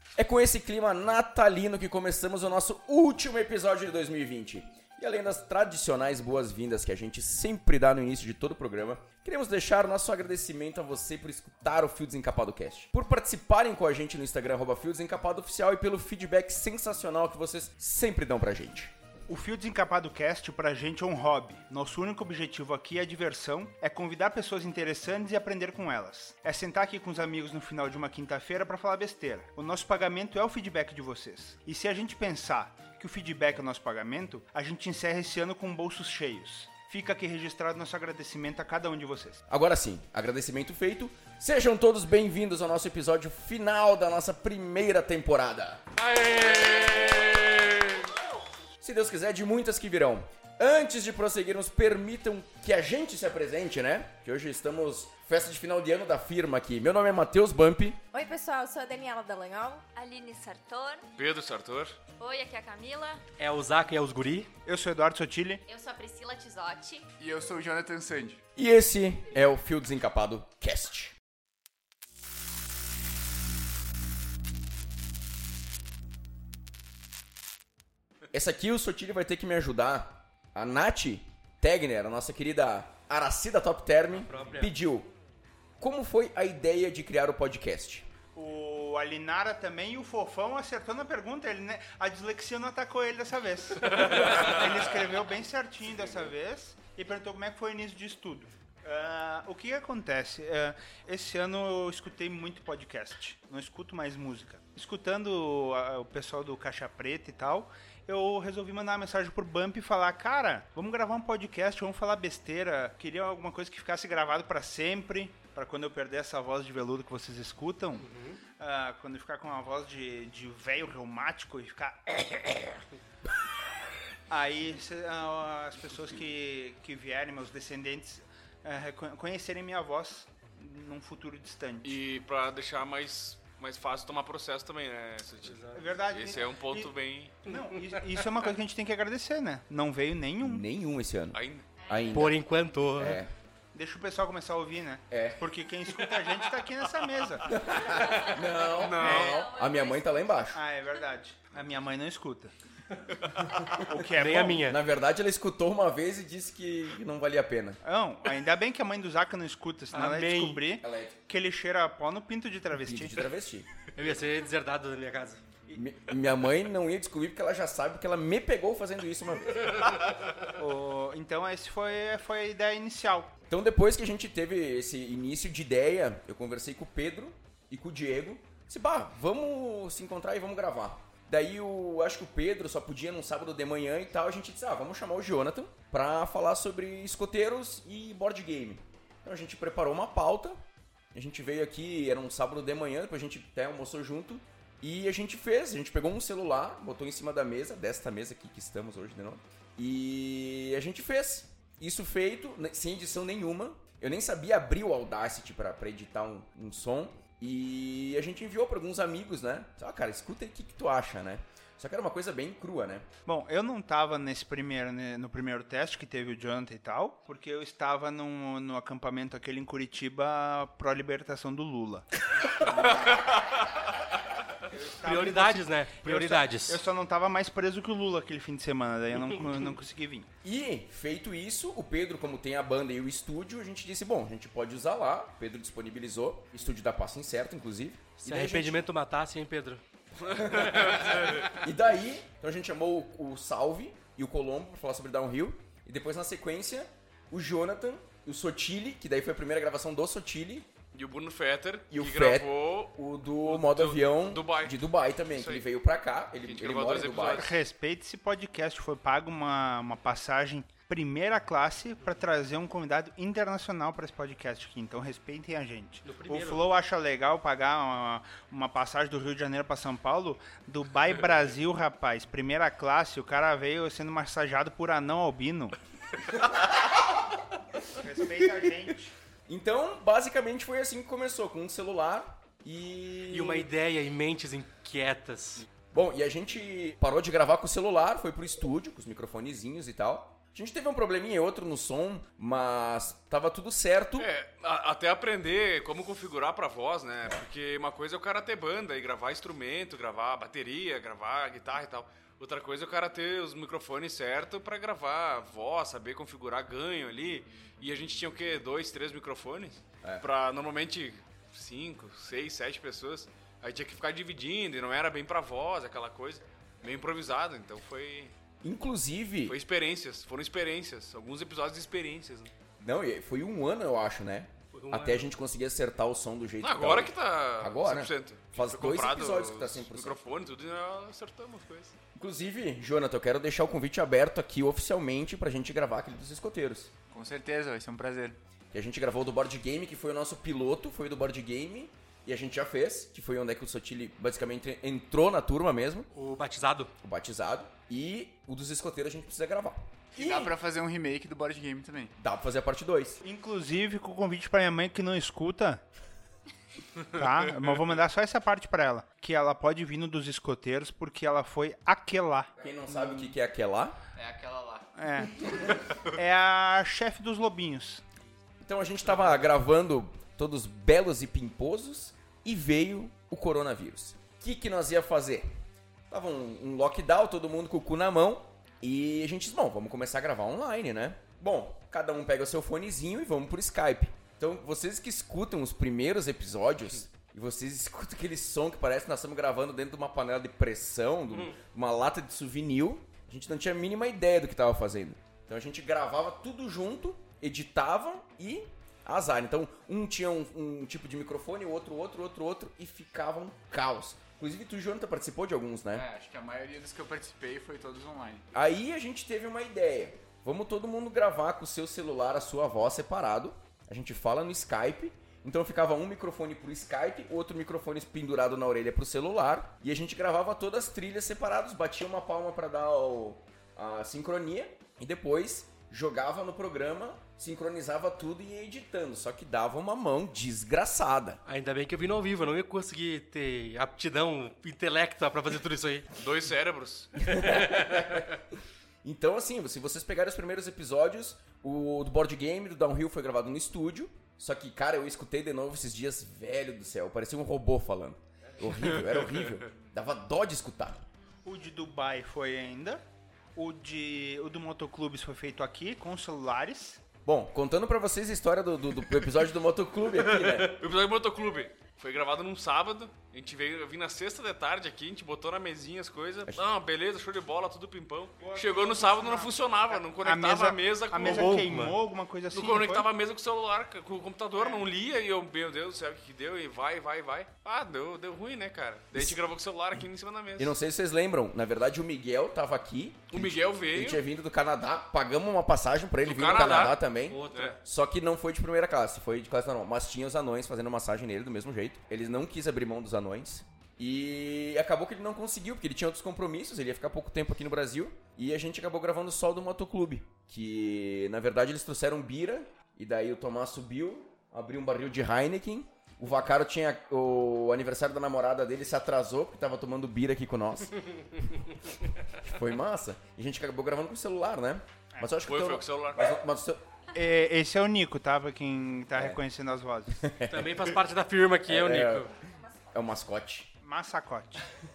É com esse clima natalino que começamos o nosso último episódio de 2020. E além das tradicionais boas-vindas que a gente sempre dá no início de todo o programa, queremos deixar o nosso agradecimento a você por escutar o Fio Desencapado Cast, por participarem com a gente no Instagram @Fio Desencapado Oficial e pelo feedback sensacional que vocês sempre dão pra gente. O Fio Desencapado Cast pra gente é um hobby. Nosso único objetivo aqui é a diversão, é convidar pessoas interessantes e aprender com elas. É sentar aqui com os amigos no final de uma quinta-feira pra falar besteira. O nosso pagamento é o feedback de vocês. E se a gente pensar que o feedback é o nosso pagamento, a gente encerra esse ano com bolsos cheios. Fica aqui registrado nosso agradecimento a cada um de vocês. Agora sim, agradecimento feito. Sejam todos bem-vindos ao nosso episódio final da nossa primeira temporada. Aê! Se Deus quiser, de muitas que virão. Antes de prosseguirmos, permitam que a gente se apresente, né? Que hoje estamos festa de final de ano da firma aqui. Meu nome é Matheus Bump. Oi, pessoal, eu sou a Daniela Dallagnol. Aline Sartor. Pedro Sartor. Oi, aqui é a Camila. É o Zaca e é os guri. Eu sou Eduardo Sotile. Eu sou a Priscila Tizotti. E eu sou o Jonathan Sandy. E esse é o Fio Desencapado Cast. Essa aqui o Sotile vai ter que me ajudar. A Nath Tegner, a nossa querida Aracida Top Term, pediu: como foi a ideia de criar o podcast? O Alinara também e o Fofão acertou na pergunta. A dislexia não atacou ele dessa vez. Ele escreveu bem certinho dessa vez e perguntou como é que foi o início disso tudo. O que acontece? Esse ano eu escutei muito podcast. Não escuto mais música. Escutando o pessoal do Caixa Preta e tal, eu resolvi mandar uma mensagem pro Bump e falar: cara, vamos gravar um podcast, vamos falar besteira. Queria alguma coisa que ficasse gravado pra sempre, pra quando eu perder essa voz de veludo que vocês escutam, quando eu ficar com uma voz de velho reumático e ficar... Aí as pessoas que vierem, meus descendentes, conhecerem minha voz num futuro distante. E pra deixar mais fácil tomar processo também, né? É verdade. Esse é um ponto bem... Não, isso é uma coisa que a gente tem que agradecer, né? Não veio nenhum. Nenhum esse ano. Ainda. Por enquanto. É. Deixa o pessoal começar a ouvir, né? É. Porque quem escuta a gente tá aqui nessa mesa. Não. A minha mãe tá lá embaixo. Ah, é verdade. A minha mãe não escuta. O que é Nem bom. a minha. Na verdade, ela escutou uma vez e disse que não valia a pena. Não, ainda bem que a mãe do Zaca não escuta, senão ela ia Amém. descobrir que ele cheira a pó no pinto de travesti. Pinto de travesti. Eu ia ser deserdado da minha casa. Minha mãe não ia descobrir porque ela já sabe que ela me pegou fazendo isso uma vez. Então esse foi a ideia inicial. Então depois que a gente teve esse início de ideia, eu conversei com o Pedro e com o Diego. Disse: vamos se encontrar e vamos gravar. Daí acho que o Pedro só podia num sábado de manhã e tal. A gente disse: vamos chamar o Jonathan pra falar sobre escoteiros e board game. Então a gente preparou uma pauta. A gente veio aqui, era um sábado de manhã, depois a gente até almoçou junto. E a gente pegou um celular, botou em cima da mesa, desta mesa aqui que estamos hoje de novo. E a gente fez. Isso feito, sem edição nenhuma. Eu nem sabia abrir o Audacity pra editar um som. E a gente enviou pra alguns amigos, né? Cara, escuta aí o que tu acha, né? Só que era uma coisa bem crua, né? Bom, eu não tava no primeiro teste que teve o Jonathan e tal, porque eu estava no acampamento aquele em Curitiba pró-libertação do Lula. Prioridades, né? Prioridades. Eu só não tava mais preso que o Lula aquele fim de semana, daí eu não consegui vir. E, feito isso, o Pedro, como tem a banda e o estúdio, a gente disse: a gente pode usar lá. O Pedro disponibilizou. O estúdio da Passo Incerto, inclusive. Se arrependimento matasse, hein, Pedro? E daí, então a gente chamou o Salve e o Colombo pra falar sobre Downhill. E depois, na sequência, o Jonathan e o Sotile, que daí foi a primeira gravação do Sotile. E o Bruno Fetter, E o que Fetter, gravou o do modo avião Dubai. de Dubai também, Isso que ele aí. veio pra cá, A ele gente gravou mora em 2 Dubai. episódios. Respeite esse podcast, foi pago uma passagem primeira classe pra trazer um convidado internacional pra esse podcast aqui, então respeitem a gente. O Flow acha legal pagar uma passagem do Rio de Janeiro pra São Paulo, Dubai, Brasil, rapaz, primeira classe, o cara veio sendo massageado por anão albino. Respeita a gente. Então, basicamente foi assim que começou, com um celular e... E uma ideia e mentes inquietas. Bom, e a gente parou de gravar com o celular, foi pro estúdio, com os microfonezinhos e tal. A gente teve um probleminha e outro no som, mas tava tudo certo. Até aprender como configurar pra voz, né? Porque uma coisa é o cara ter banda e gravar instrumento, gravar bateria, gravar guitarra e tal. Outra coisa é o cara ter os microfones certos pra gravar voz, saber configurar ganho ali. E a gente tinha o quê? 2, 3 microfones? Pra normalmente 5, 6, 7 pessoas. Aí tinha que ficar dividindo e não era bem pra voz, aquela coisa. Meio improvisado, então foi... Inclusive... Foram experiências. Alguns episódios de experiências, né? Não, e foi 1 ano, eu acho, né? Até a gente conseguir acertar o som do jeito que Agora tá. que tá Agora? 100%. Faz Foi 2 comprado episódios que tá os 100%. microfone, tudo, e nós acertamos as coisas. Inclusive, Jonathan, eu quero deixar o convite aberto aqui oficialmente pra gente gravar aquele dos escoteiros. Com certeza, vai ser um prazer. Que a gente gravou do Board Game, que foi o nosso piloto, foi o do Board Game. E a gente já fez, que foi onde é que o Sotile basicamente entrou na turma mesmo. O batizado. O batizado. E o dos escoteiros a gente precisa gravar. E dá pra fazer um remake do board game também. Dá pra fazer a parte 2. Inclusive, com o convite pra minha mãe que não escuta, tá? Mas vou mandar só essa parte pra ela. Que ela pode vir no dos escoteiros porque ela foi aquelá. Quem não sabe o que é aquela. É aquela lá. É a chefe dos lobinhos. Então a gente tava gravando todos belos e pimposos e veio o coronavírus. O que nós ia fazer? Tava um lockdown, todo mundo com o cu na mão. E a gente disse, bom, vamos começar a gravar online, né? Bom, cada um pega o seu fonezinho e vamos por Skype. Então, vocês que escutam os primeiros episódios, e vocês escutam aquele som que parece que nós estamos gravando dentro de uma panela de pressão, de uma lata de souvenir, a gente não tinha a mínima ideia do que estava fazendo. Então, a gente gravava tudo junto, editava e azar. Então, um tinha um tipo de microfone, o outro, e ficava um caos. Inclusive, tu, Jonathan, participou de alguns, né? Acho que a maioria dos que eu participei foi todos online. Aí a gente teve uma ideia. Vamos todo mundo gravar com o seu celular, a sua voz separado. A gente fala no Skype. Então ficava um microfone pro Skype, outro microfone pendurado na orelha pro celular. E a gente gravava todas as trilhas separadas. Batia uma palma pra dar a sincronia. E depois jogava no programa, sincronizava tudo e ia editando. Só que dava uma mão desgraçada. Ainda bem que eu vim no ao vivo, eu não ia conseguir ter aptidão intelecta pra fazer tudo isso aí. 2 cérebros. Então, assim, se vocês pegarem os primeiros episódios, o do Board Game, do Downhill foi gravado no estúdio. Só que, cara, eu escutei de novo esses dias, velho do céu, parecia um robô falando. Horrível, era horrível. Dava dó de escutar. O de Dubai foi ainda. O do Motoclubes foi feito aqui, com celulares. Bom, contando pra vocês a história do episódio do Motoclube aqui, né? O episódio do Motoclube foi gravado num sábado. Eu vim na sexta de tarde aqui, a gente botou na mesinha as coisas. Não, beleza, show de bola, tudo pimpão. Chegou no sábado, não funcionava, não conectava a mesa com a mesa o... queimou, alguma coisa assim. Não conectava a mesa com o celular, com o computador, não lia. E eu, meu Deus do céu, o que deu? E vai. Ah, deu ruim, né, cara? Daí a gente gravou com o celular aqui em cima da mesa. E não sei se vocês lembram, na verdade o Miguel tava aqui. O Miguel veio. Ele tinha vindo do Canadá, pagamos uma passagem pra ele vir do Canadá. Canadá também. Outra. Só que não foi de primeira classe, foi de classe normal. Mas tinha os anões fazendo massagem nele do mesmo jeito. Ele não quis abrir mão dos anões. E acabou que ele não conseguiu, porque ele tinha outros compromissos, ele ia ficar pouco tempo aqui no Brasil. E a gente acabou gravando só do Motoclube. Que, na verdade, eles trouxeram bira. E daí o Tomás subiu, abriu um barril de Heineken. O Vacaro tinha... O aniversário da namorada dele se atrasou, porque tava tomando bira aqui com nós. Foi massa. E a gente acabou gravando com o celular, né? Mas eu acho que Foi com o celular. Mas o seu... Esse é o Nico, tá? Pra quem tá reconhecendo as vozes. Também faz parte da firma aqui, é o Nico. É o mascote. Massacote.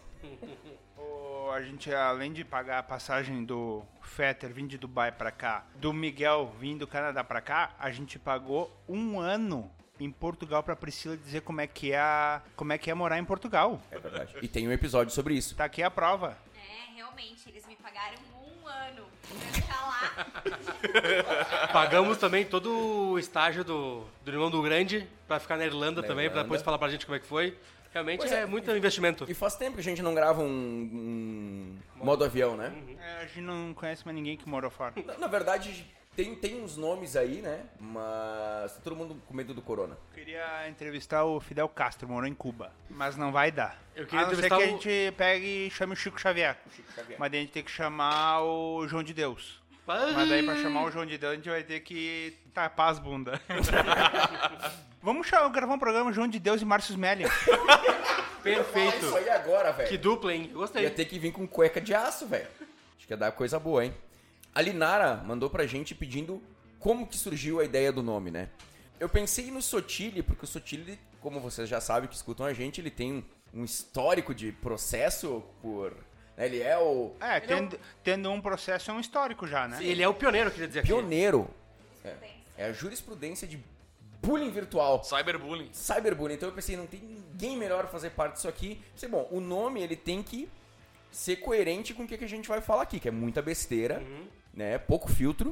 A gente, além de pagar a passagem do Fetter vindo de Dubai pra cá, do Miguel vindo do Canadá pra cá, a gente pagou 1 ano em Portugal pra Priscila dizer como é que é morar em Portugal. É verdade. E tem um episódio sobre isso. Tá aqui a prova. Realmente, eles me pagaram 1 ano pra ficar lá. Pagamos também todo o estágio do irmão do Grande pra ficar na Irlanda Na também, pra Irlanda. depois falar pra gente como é que foi. Realmente Pois é muito investimento. E faz tempo que a gente não grava um modo avião, né? A gente não conhece mais ninguém que morou fora. Na verdade, tem uns nomes aí, né? Mas tá todo mundo com medo do corona. Queria entrevistar o Fidel Castro, morou em Cuba. Mas não vai dar. Eu queria a não ser que entrevistar a gente pegue e chame o Chico Xavier. Mas daí a gente tem que chamar o João de Deus. Mas daí pra chamar o João de Deus a gente vai ter que tapar as bundas. Vamos gravar um programa João de Deus e Márcio Smelling. Perfeito. Isso aí agora, velho. Que dupla, hein? Eu gostei. Ia ter que vir com cueca de aço, velho. Acho que ia dar coisa boa, hein? A Linara mandou pra gente pedindo como que surgiu a ideia do nome, né? Eu pensei no Sotile, porque o Sotile, como vocês já sabem que escutam a gente, ele tem um histórico de processo por... né, ele é o... Tendo um processo é um histórico já, né? Ele é o pioneiro, queria dizer aqui. pioneiro. É a jurisprudência de bullying virtual. Cyberbullying. Cyberbullying. Então eu pensei, não tem ninguém melhor pra fazer parte disso aqui. Pensei, bom, o nome ele tem que ser coerente com o que a gente vai falar aqui, que é muita besteira, né? Pouco filtro.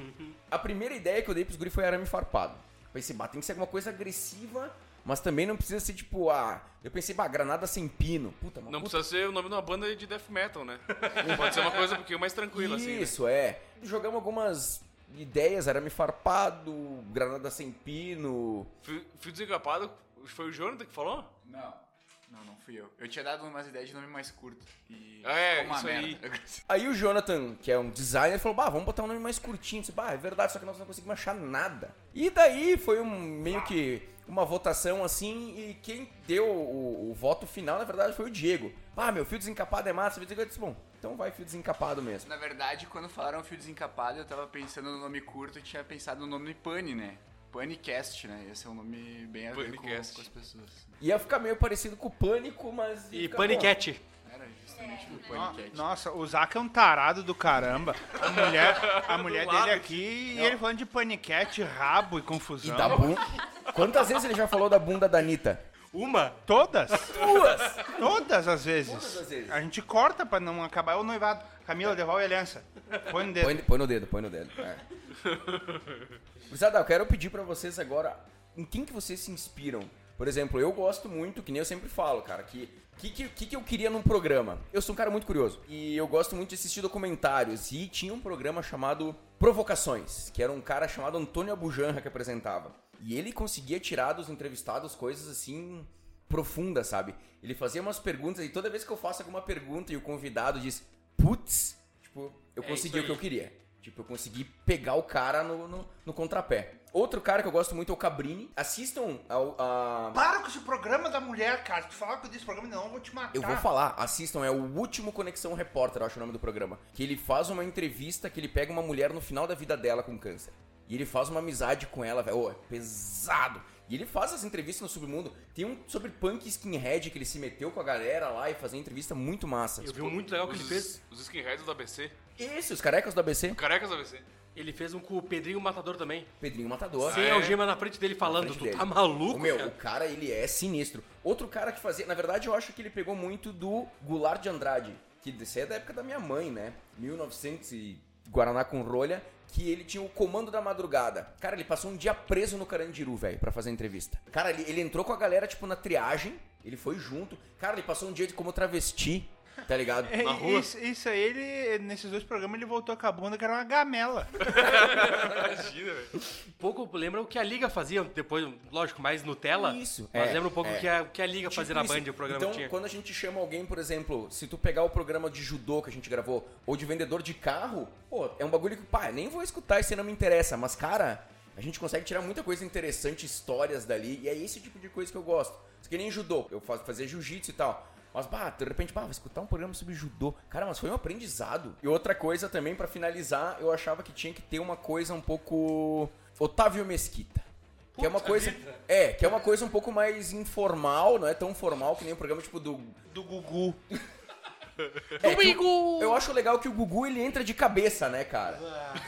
A primeira ideia que eu dei pros guri foi arame farpado. Pensei, tem que ser alguma coisa agressiva, mas também não precisa ser tipo, eu pensei, granada sem pino. Puta, Não precisa ser o nome de uma banda de death metal, né? Pode ser uma coisa um pouquinho mais tranquila, assim. Isso, Jogamos algumas ideias, arame farpado, granada sem pino. Fio desencapado, foi o Jonathan que falou? Não fui eu. Eu tinha dado umas ideias de nome mais curto. E É, ficou uma isso aí. merda. Aí o Jonathan, que é um designer, falou, vamos botar um nome mais curtinho. Disse, é verdade, só que nós não conseguimos achar nada. E daí foi meio que uma votação assim, e quem deu o voto final, na verdade, foi o Diego. Meu fio desencapado é massa. Eu disse, bom, então vai fio desencapado mesmo. Na verdade, quando falaram fio desencapado, eu tava pensando no nome curto e tinha pensado no nome Pani, né? Panicast, né? Ia ser um nome bem a ver com as pessoas. Ia ficar meio parecido com o Pânico, mas... E Panicat. Era justamente do Panicast. Nossa, o Zaca é um tarado do caramba. A mulher dele aqui e ele falando de paniquete, rabo e confusão. E da bunda. Quantas vezes ele já falou da bunda da Anitta? Uma? Todas? Duas! Todas as vezes. Todas as vezes. A gente corta pra não acabar o noivado. Camila, devolve a aliança. Põe no dedo. Põe no dedo. Gurizada, eu quero pedir pra vocês agora, em quem que vocês se inspiram? Por exemplo, eu gosto muito, que nem eu sempre falo, cara, que eu queria num programa? Eu sou um cara muito curioso e eu gosto muito de assistir documentários, e tinha um programa chamado Provocações, que era um cara chamado Antônio Abujanra que apresentava. E ele conseguia tirar dos entrevistados coisas assim profundas, sabe? Ele fazia umas perguntas e toda vez que eu faço alguma pergunta e o convidado diz, putz, tipo, eu consegui o que eu queria. Tipo, eu consegui pegar o cara no contrapé. Outro cara que eu gosto muito é o Cabrini. Assistam a... Para com esse programa da mulher, cara. Se tu falar que eu disse programa, não, eu vou te matar. Eu vou falar, assistam, é o último Conexão Repórter, eu acho o nome do programa. Que ele faz uma entrevista que ele pega uma mulher no final da vida dela com câncer. E ele faz uma amizade com ela, velho. É pesado. E ele faz as entrevistas no Submundo. Tem um sobre punk skinhead que ele se meteu com a galera lá e fazia entrevista muito massa. Eu vi um muito legal que ele fez. Os skinheads do ABC. Isso, os carecas do ABC. Carecas do ABC. Ele fez um com o Pedrinho Matador também. Pedrinho Matador. Sem algema na frente dele falando, frente tu dele. tá maluco? O cara, ele é sinistro. Outro cara que fazia... Na verdade, eu acho que ele pegou muito do Goulart de Andrade. Que isso é da época da minha mãe, né? 1900 e Guaraná com rolha. Que ele tinha o Comando da Madrugada. Cara, ele passou um dia preso no Carandiru, velho, pra fazer entrevista. Cara, ele entrou com a galera, tipo, na triagem. Ele foi junto. Cara, ele passou um dia como travesti, tá ligado? Na rua. Isso aí, nesses dois programas, ele voltou com a bunda que era uma gamela. Imagina, velho. Pouco lembra o que a Liga fazia depois, lógico, mais Nutella. Isso, Mas lembra um pouco o que a Liga Tipo fazia na isso. Band, o programa então, que tinha. quando a gente chama alguém, por exemplo, se tu pegar o programa de judô que a gente gravou, ou de vendedor de carro, pô, é um bagulho que, nem vou escutar, isso aí não me interessa, mas, cara, a gente consegue tirar muita coisa interessante, histórias dali, e é esse tipo de coisa que eu gosto. Isso que nem judô, eu fazia jiu-jitsu e tal. Mas, de repente, vou escutar um programa sobre judô. Cara, mas foi um aprendizado. E outra coisa também, pra finalizar, eu achava que tinha que ter uma coisa um pouco... Otávio Mesquita. Que é uma coisa... que é uma coisa um pouco mais informal, não é tão formal que nem um programa tipo do Gugu. Eu acho legal que o Gugu, ele entra de cabeça, né, cara?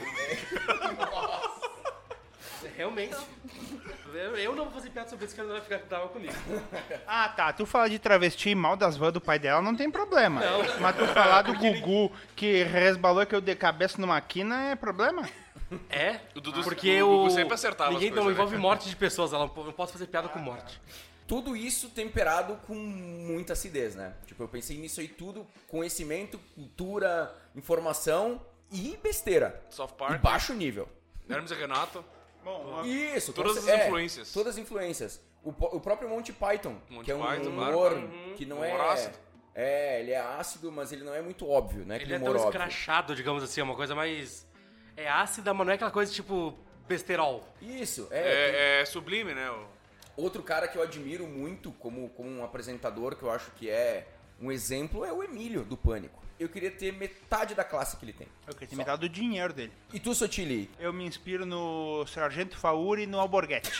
Realmente. Eu não vou fazer piada sobre isso, que ele não vai ficar brava comigo. Ah, tá. Tu fala de travesti mal das vans do pai dela, não tem problema. Não. Mas tu falar do Gugu que resbalou que eu de cabeça numa quina é problema? É? O Dudu, Porque o Gugu sempre acertava ninguém as não coisas, envolve né? morte de pessoas, eu não posso fazer piada com morte. Tudo isso temperado com muita acidez, né? Tipo, eu pensei nisso aí tudo, conhecimento, cultura, informação e besteira. South E Park, baixo nível. Hermes e Renato. Bom, Isso. Todas as influências. Todas as influências. O próprio Monty Python, Monty que é um Python, humor claro. que não Humor é... ácido. Ele é ácido, mas ele não é muito óbvio, né? Ele é tão escrachado, digamos assim, é uma coisa mais... É ácida, mas não é aquela coisa tipo besterol. Isso, É sublime, né? Outro cara que eu admiro muito como um apresentador, que eu acho que é Um exemplo é o Emílio, do Pânico. Eu queria ter metade da classe que ele tem. Eu queria ter metade do dinheiro dele. E tu, Sotili? Eu me inspiro no Sargento Fauri e no Alborguete.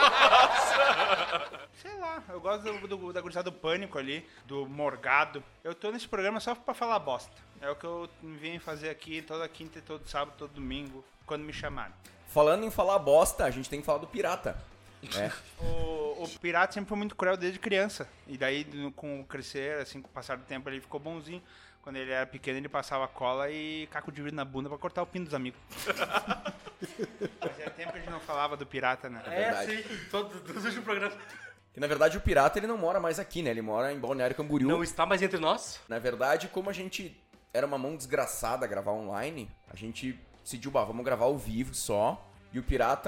Sei lá, eu gosto da gurizada do Pânico ali, do Morgado. Eu tô nesse programa só pra falar bosta. É o que eu venho fazer aqui toda quinta, todo sábado, todo domingo, quando me chamarem. Falando em falar bosta, a gente tem que falar do Pirata. O Pirata sempre foi muito cruel desde criança. E daí, com o crescer, assim, com o passar do tempo, ele ficou bonzinho. Quando ele era pequeno, ele passava cola e caco de vidro na bunda pra cortar o pino dos amigos. Fazia tempo que a gente não falava do Pirata, né? verdade. Sim. Todos os últimos programas. E na verdade o Pirata ele não mora mais aqui, né? Ele mora em Balneário Camboriú. Não está mais entre nós. Na verdade, como a gente era uma mão desgraçada gravar online, a gente decidiu, vamos gravar ao vivo só. E o Pirata,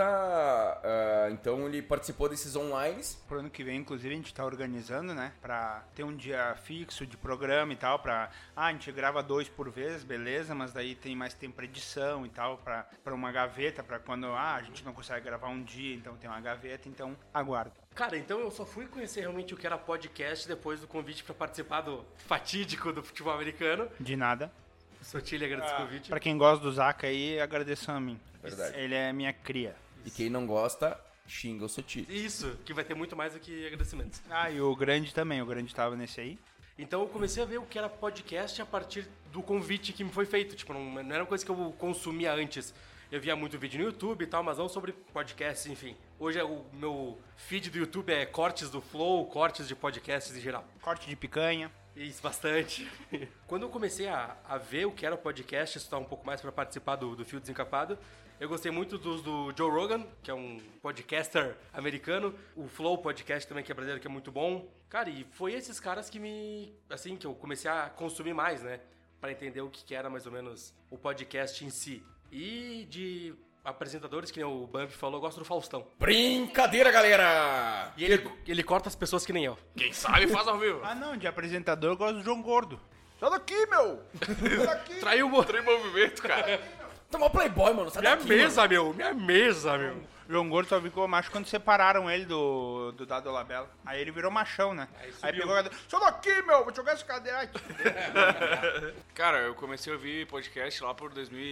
então ele participou desses online. Pro ano que vem, inclusive, a gente tá organizando, né? Pra ter um dia fixo de programa e tal, a gente grava 2 por vez, beleza, mas daí tem mais tempo pra edição e tal, pra uma gaveta, pra quando, a gente não consegue gravar um dia, então tem uma gaveta, então aguardo. Cara, então eu só fui conhecer realmente o que era podcast depois do convite pra participar do fatídico do futebol americano. De nada. Sotilha agradece o convite. Pra quem gosta do Zaca aí, agradeço a mim. Verdade. Ele é minha cria. E quem não gosta, xinga o Sotile. Isso, que vai ter muito mais do que agradecimentos. E o Grande também, o Grande tava nesse aí. Então eu comecei a ver o que era podcast a partir do convite que me foi feito. Tipo, não era uma coisa que eu consumia antes. Eu via muito vídeo no YouTube e tal, mas não sobre podcasts, enfim. Hoje o meu feed do YouTube é cortes do Flow, cortes de podcasts em geral. Corte de picanha. Isso, bastante. Quando eu comecei a ver o que era o podcast, estudar um pouco mais para participar do Fio Desencapado, eu gostei muito dos do Joe Rogan, que é um podcaster americano. O Flow Podcast também, que é brasileiro, que é muito bom. Cara, e foi esses caras que que eu comecei a consumir mais, né? Para entender o que era mais ou menos o podcast em si. E de apresentadores, que nem o Bambi falou, eu gosto do Faustão. Brincadeira, galera! E ele corta as pessoas que nem eu. Quem sabe faz ao vivo. Não, de apresentador eu gosto do João Gordo. Sai daqui, meu! Sai daqui! Traiu o movimento, cara. Tu é uma playboy, mano. Sai daqui, mano. Minha mesa, meu. João Gordo só ficou macho quando separaram ele do Dado Labella. Aí ele virou machão, né? Aí pegou a cadeira. Sai daqui, meu! Vou jogar essa cadeira aqui. Cara, eu comecei a ouvir podcast lá por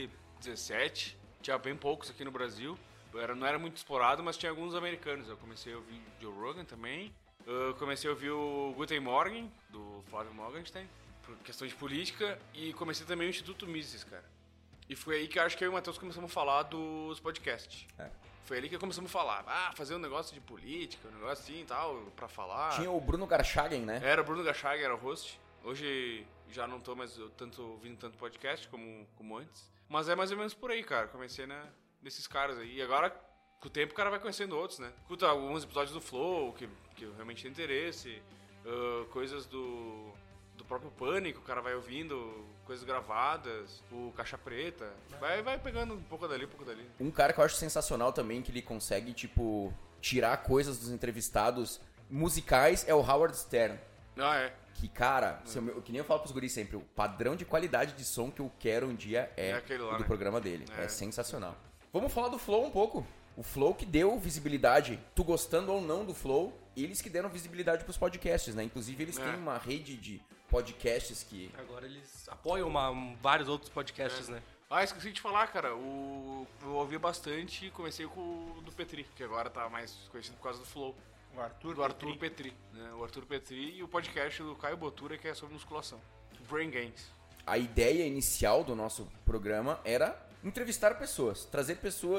2017. Tinha bem poucos aqui no Brasil. Não era muito explorado, mas tinha alguns americanos. Eu comecei a ouvir Joe Rogan também. Eu comecei a ouvir o Guten Morgen, do Flávio Morgenstern, por questão de política. E comecei também o Instituto Mises, cara. E foi aí que acho que eu e o Matheus começamos a falar dos podcasts. Foi ali que começamos a falar. Fazer um negócio de política, um negócio assim e tal, pra falar. Tinha o Bruno Garchagen, né? Era o Bruno Garchagen, era o host. Hoje já não tô mais ouvindo tanto podcast como antes. Mas é mais ou menos por aí, cara. Comecei nesses caras aí. E agora, com o tempo, o cara vai conhecendo outros, né? Escuta alguns episódios do Flow, que eu realmente tenho interesse. Coisas do próprio Pânico, o cara vai ouvindo. Coisas gravadas. O Caixa Preta. Vai pegando um pouco dali, um pouco dali. Um cara que eu acho sensacional também, que ele consegue, tirar coisas dos entrevistados musicais, é o Howard Stern. É. Que, cara, que nem eu falo pros guris sempre, o padrão de qualidade de som que eu quero um dia é o do programa dele. É sensacional. Vamos falar do Flow um pouco. O Flow que deu visibilidade, tu gostando ou não do Flow, eles que deram visibilidade pros podcasts, né? Inclusive, eles têm uma rede de podcasts que... Agora eles apoiam vários outros podcasts, né? Esqueci de falar, cara. Eu ouvi bastante e comecei com o do Petri, que agora tá mais conhecido por causa do Flow. Do Arthur Petri, né? O Arthur Petri e o podcast do Caio Botura, que é sobre musculação. Brain Gains. A ideia inicial do nosso programa era entrevistar pessoas, trazer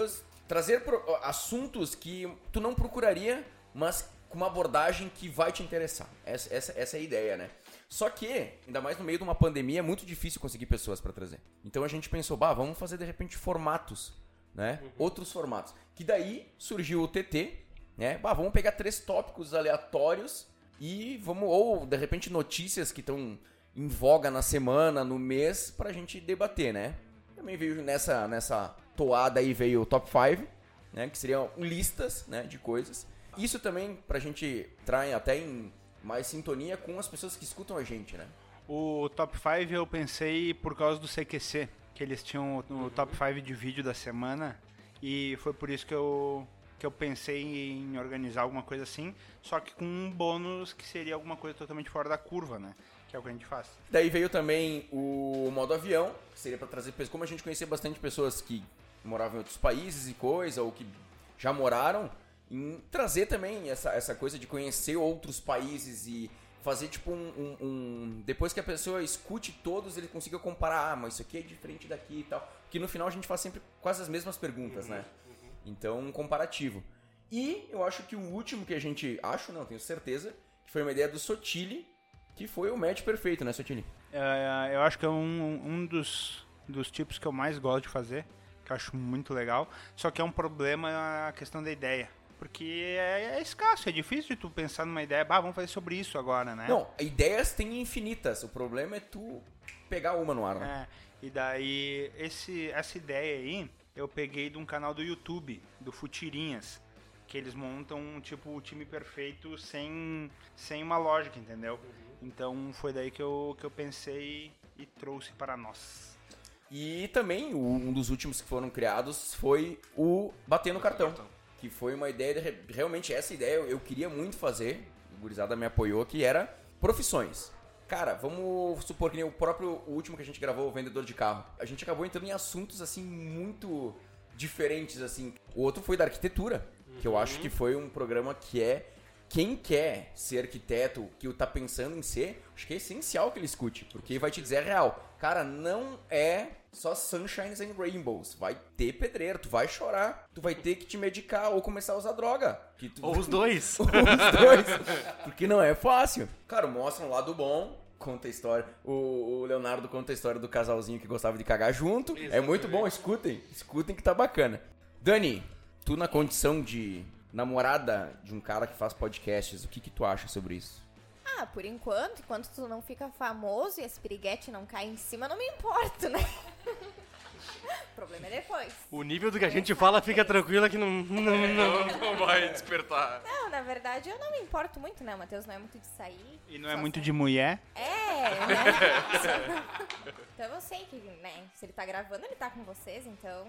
assuntos que tu não procuraria, mas com uma abordagem que vai te interessar. Essa é a ideia, né? Só que, ainda mais no meio de uma pandemia, é muito difícil conseguir pessoas pra trazer. Então a gente pensou, vamos fazer de repente formatos, né? Outros formatos. Que daí surgiu o TT, né? Vamos pegar 3 tópicos aleatórios e ou de repente notícias que estão em voga na semana, no mês, pra gente debater, né? Também veio nessa toada aí veio o Top 5, né? Que seriam listas, né, de coisas. Isso também pra gente entrar até em mais sintonia com as pessoas que escutam a gente, né? O Top 5 eu pensei por causa do CQC, que eles tinham o Top 5 de vídeo da semana, e foi por isso que eu pensei em organizar alguma coisa assim, só que com um bônus que seria alguma coisa totalmente fora da curva, né? que é o que a gente faz. Daí veio também o modo avião, que seria pra trazer pessoas, como a gente conhecia bastante pessoas que moravam em outros países e coisa, ou que já moraram, em trazer também essa coisa de conhecer outros países e fazer tipo depois que a pessoa escute todos, ele consiga comparar, mas isso aqui é diferente daqui e tal. Porque no final a gente faz sempre quase as mesmas perguntas, né? Então, um comparativo. E eu acho que o último que a gente... tenho certeza, que foi uma ideia do Sotile, que foi o match perfeito, né, Sotile? Eu acho que é um dos tipos que eu mais gosto de fazer, que eu acho muito legal, só que é um problema a questão da ideia. Porque é escasso, é difícil de tu pensar numa ideia, vamos fazer sobre isso agora, né? Não, ideias tem infinitas, o problema é tu pegar uma no ar, né? E daí, essa ideia aí, eu peguei de um canal do YouTube, do Futirinhas, que eles montam, tipo, o time perfeito sem uma lógica, entendeu? Então, foi daí que eu pensei e trouxe para nós. E também, um dos últimos que foram criados foi o Bater no Cartão. Que foi uma ideia, realmente essa ideia eu queria muito fazer, o gurizada me apoiou, que era profissões. Cara, vamos supor que nem o último que a gente gravou, o vendedor de carro. A gente acabou entrando em assuntos, assim, muito diferentes, assim. O outro foi da arquitetura, que eu acho que foi um programa que quem quer ser arquiteto, que tá pensando em ser, acho que é essencial que ele escute, porque vai te dizer a real. Cara, não é só sunshines and rainbows. Vai ter pedreiro, tu vai chorar, tu vai ter que te medicar ou começar a usar droga. Ou os dois. Ou os dois. Porque não é fácil. Cara, mostra um lado bom, conta a história. O Leonardo conta a história do casalzinho que gostava de cagar junto. Exatamente. É muito bom, escutem que tá bacana. Dani, tu na condição de namorada de um cara que faz podcasts, o que tu acha sobre isso? Por enquanto tu não fica famoso e esse piriguete não cai em cima, não me importo, né? O problema é depois. O nível do que a gente fala, fica tranquila que não vai despertar. Não, na verdade eu não me importo muito, né? O Matheus não é muito de sair. E não é muito de mulher? Né? Então eu sei que, né? Se ele tá gravando, ele tá com vocês, então...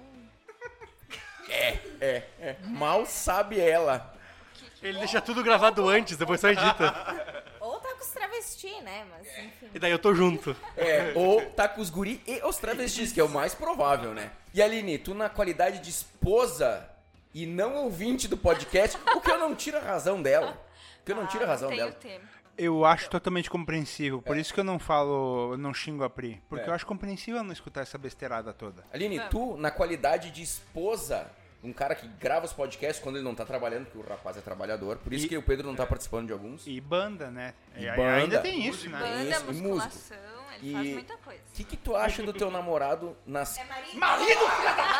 Mal sabe ela. Ele deixa tudo gravado antes, depois só edita. Ou tá com os travestis, né? Mas enfim. E daí eu tô junto. Ou tá com os guri e os travestis, que é o mais provável, né? E Aline, tu na qualidade de esposa e não ouvinte do podcast, o que eu não tiro a razão dela. Tempo. Eu acho totalmente compreensível, por isso que eu não xingo a Pri. Porque eu acho compreensível não escutar essa besteirada toda. Aline, tu na qualidade de esposa, um cara que grava os podcasts quando ele não tá trabalhando, porque o rapaz é trabalhador, por isso que o Pedro não tá participando de alguns. E banda, né? E banda. Ainda tem isso, né? Banda, Isso, e musculação, ele faz muita coisa. O que tu acha do teu namorado nas... Marido, filha da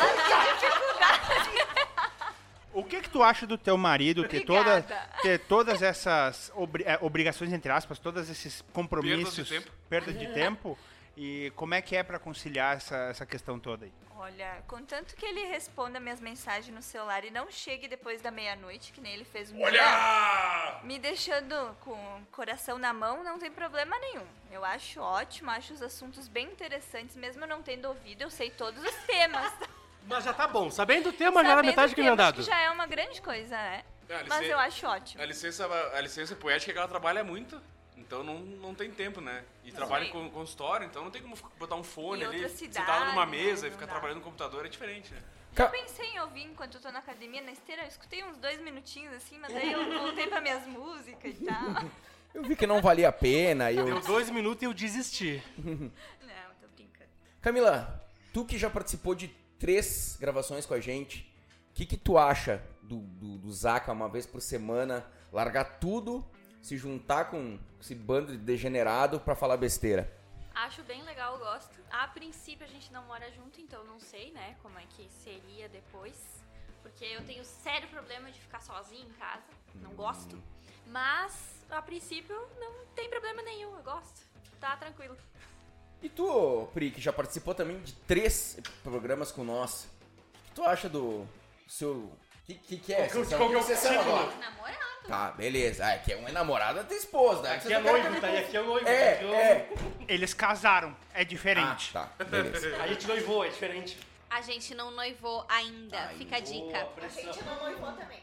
puta! O que tu acha do teu marido ter todas essas obrigações, entre aspas, todos esses compromissos, perda de tempo, e como é que é pra conciliar essa questão toda aí? Olha, contanto que ele responda minhas mensagens no celular e não chegue depois da meia-noite, que nem ele fez um dia, me deixando com o coração na mão, não tem problema nenhum. Eu acho ótimo, acho os assuntos bem interessantes, mesmo eu não tendo ouvido, eu sei todos os temas. Mas já tá bom, sabendo o tema já era metade do que me é dado. Acho que já é uma grande coisa, né? Mas eu acho ótimo. A licença poética é que ela trabalha muito. Então não tem tempo, né? E trabalha com consultório, então não tem como botar um fone ali, sentado numa mesa e ficar trabalhando no computador, é diferente, né? Eu pensei em ouvir enquanto eu tô na academia, na esteira, eu escutei uns 2 minutinhos assim, mas aí eu voltei pra minhas músicas e tal. Eu vi que não valia a pena. Deu 2 minutos e eu desisti. Não, tô brincando. Camila, tu que já participou de 3 gravações com a gente, o que tu acha do Zaca uma vez por semana, largar tudo, se juntar com esse bando de degenerado pra falar besteira? Acho bem legal, eu gosto. A princípio a gente não mora junto, então não sei, né, como é que seria depois. Porque eu tenho sério problema de ficar sozinha em casa, não gosto. Mas, a princípio, não tem problema nenhum, eu gosto. Tá tranquilo. E tu, Pri, que já participou também de 3 programas com nós, o que tu acha do seu... O que é? Sessão agora? Namorado. Tá, beleza. Aqui é namorado da tua esposa, né? Aqui é noivo, tá? E aqui é noivo. É. Eles casaram, é diferente. Ah, tá, beleza. A gente noivou, é diferente. A gente não noivou ainda. Fica a dica. A gente não noivou também.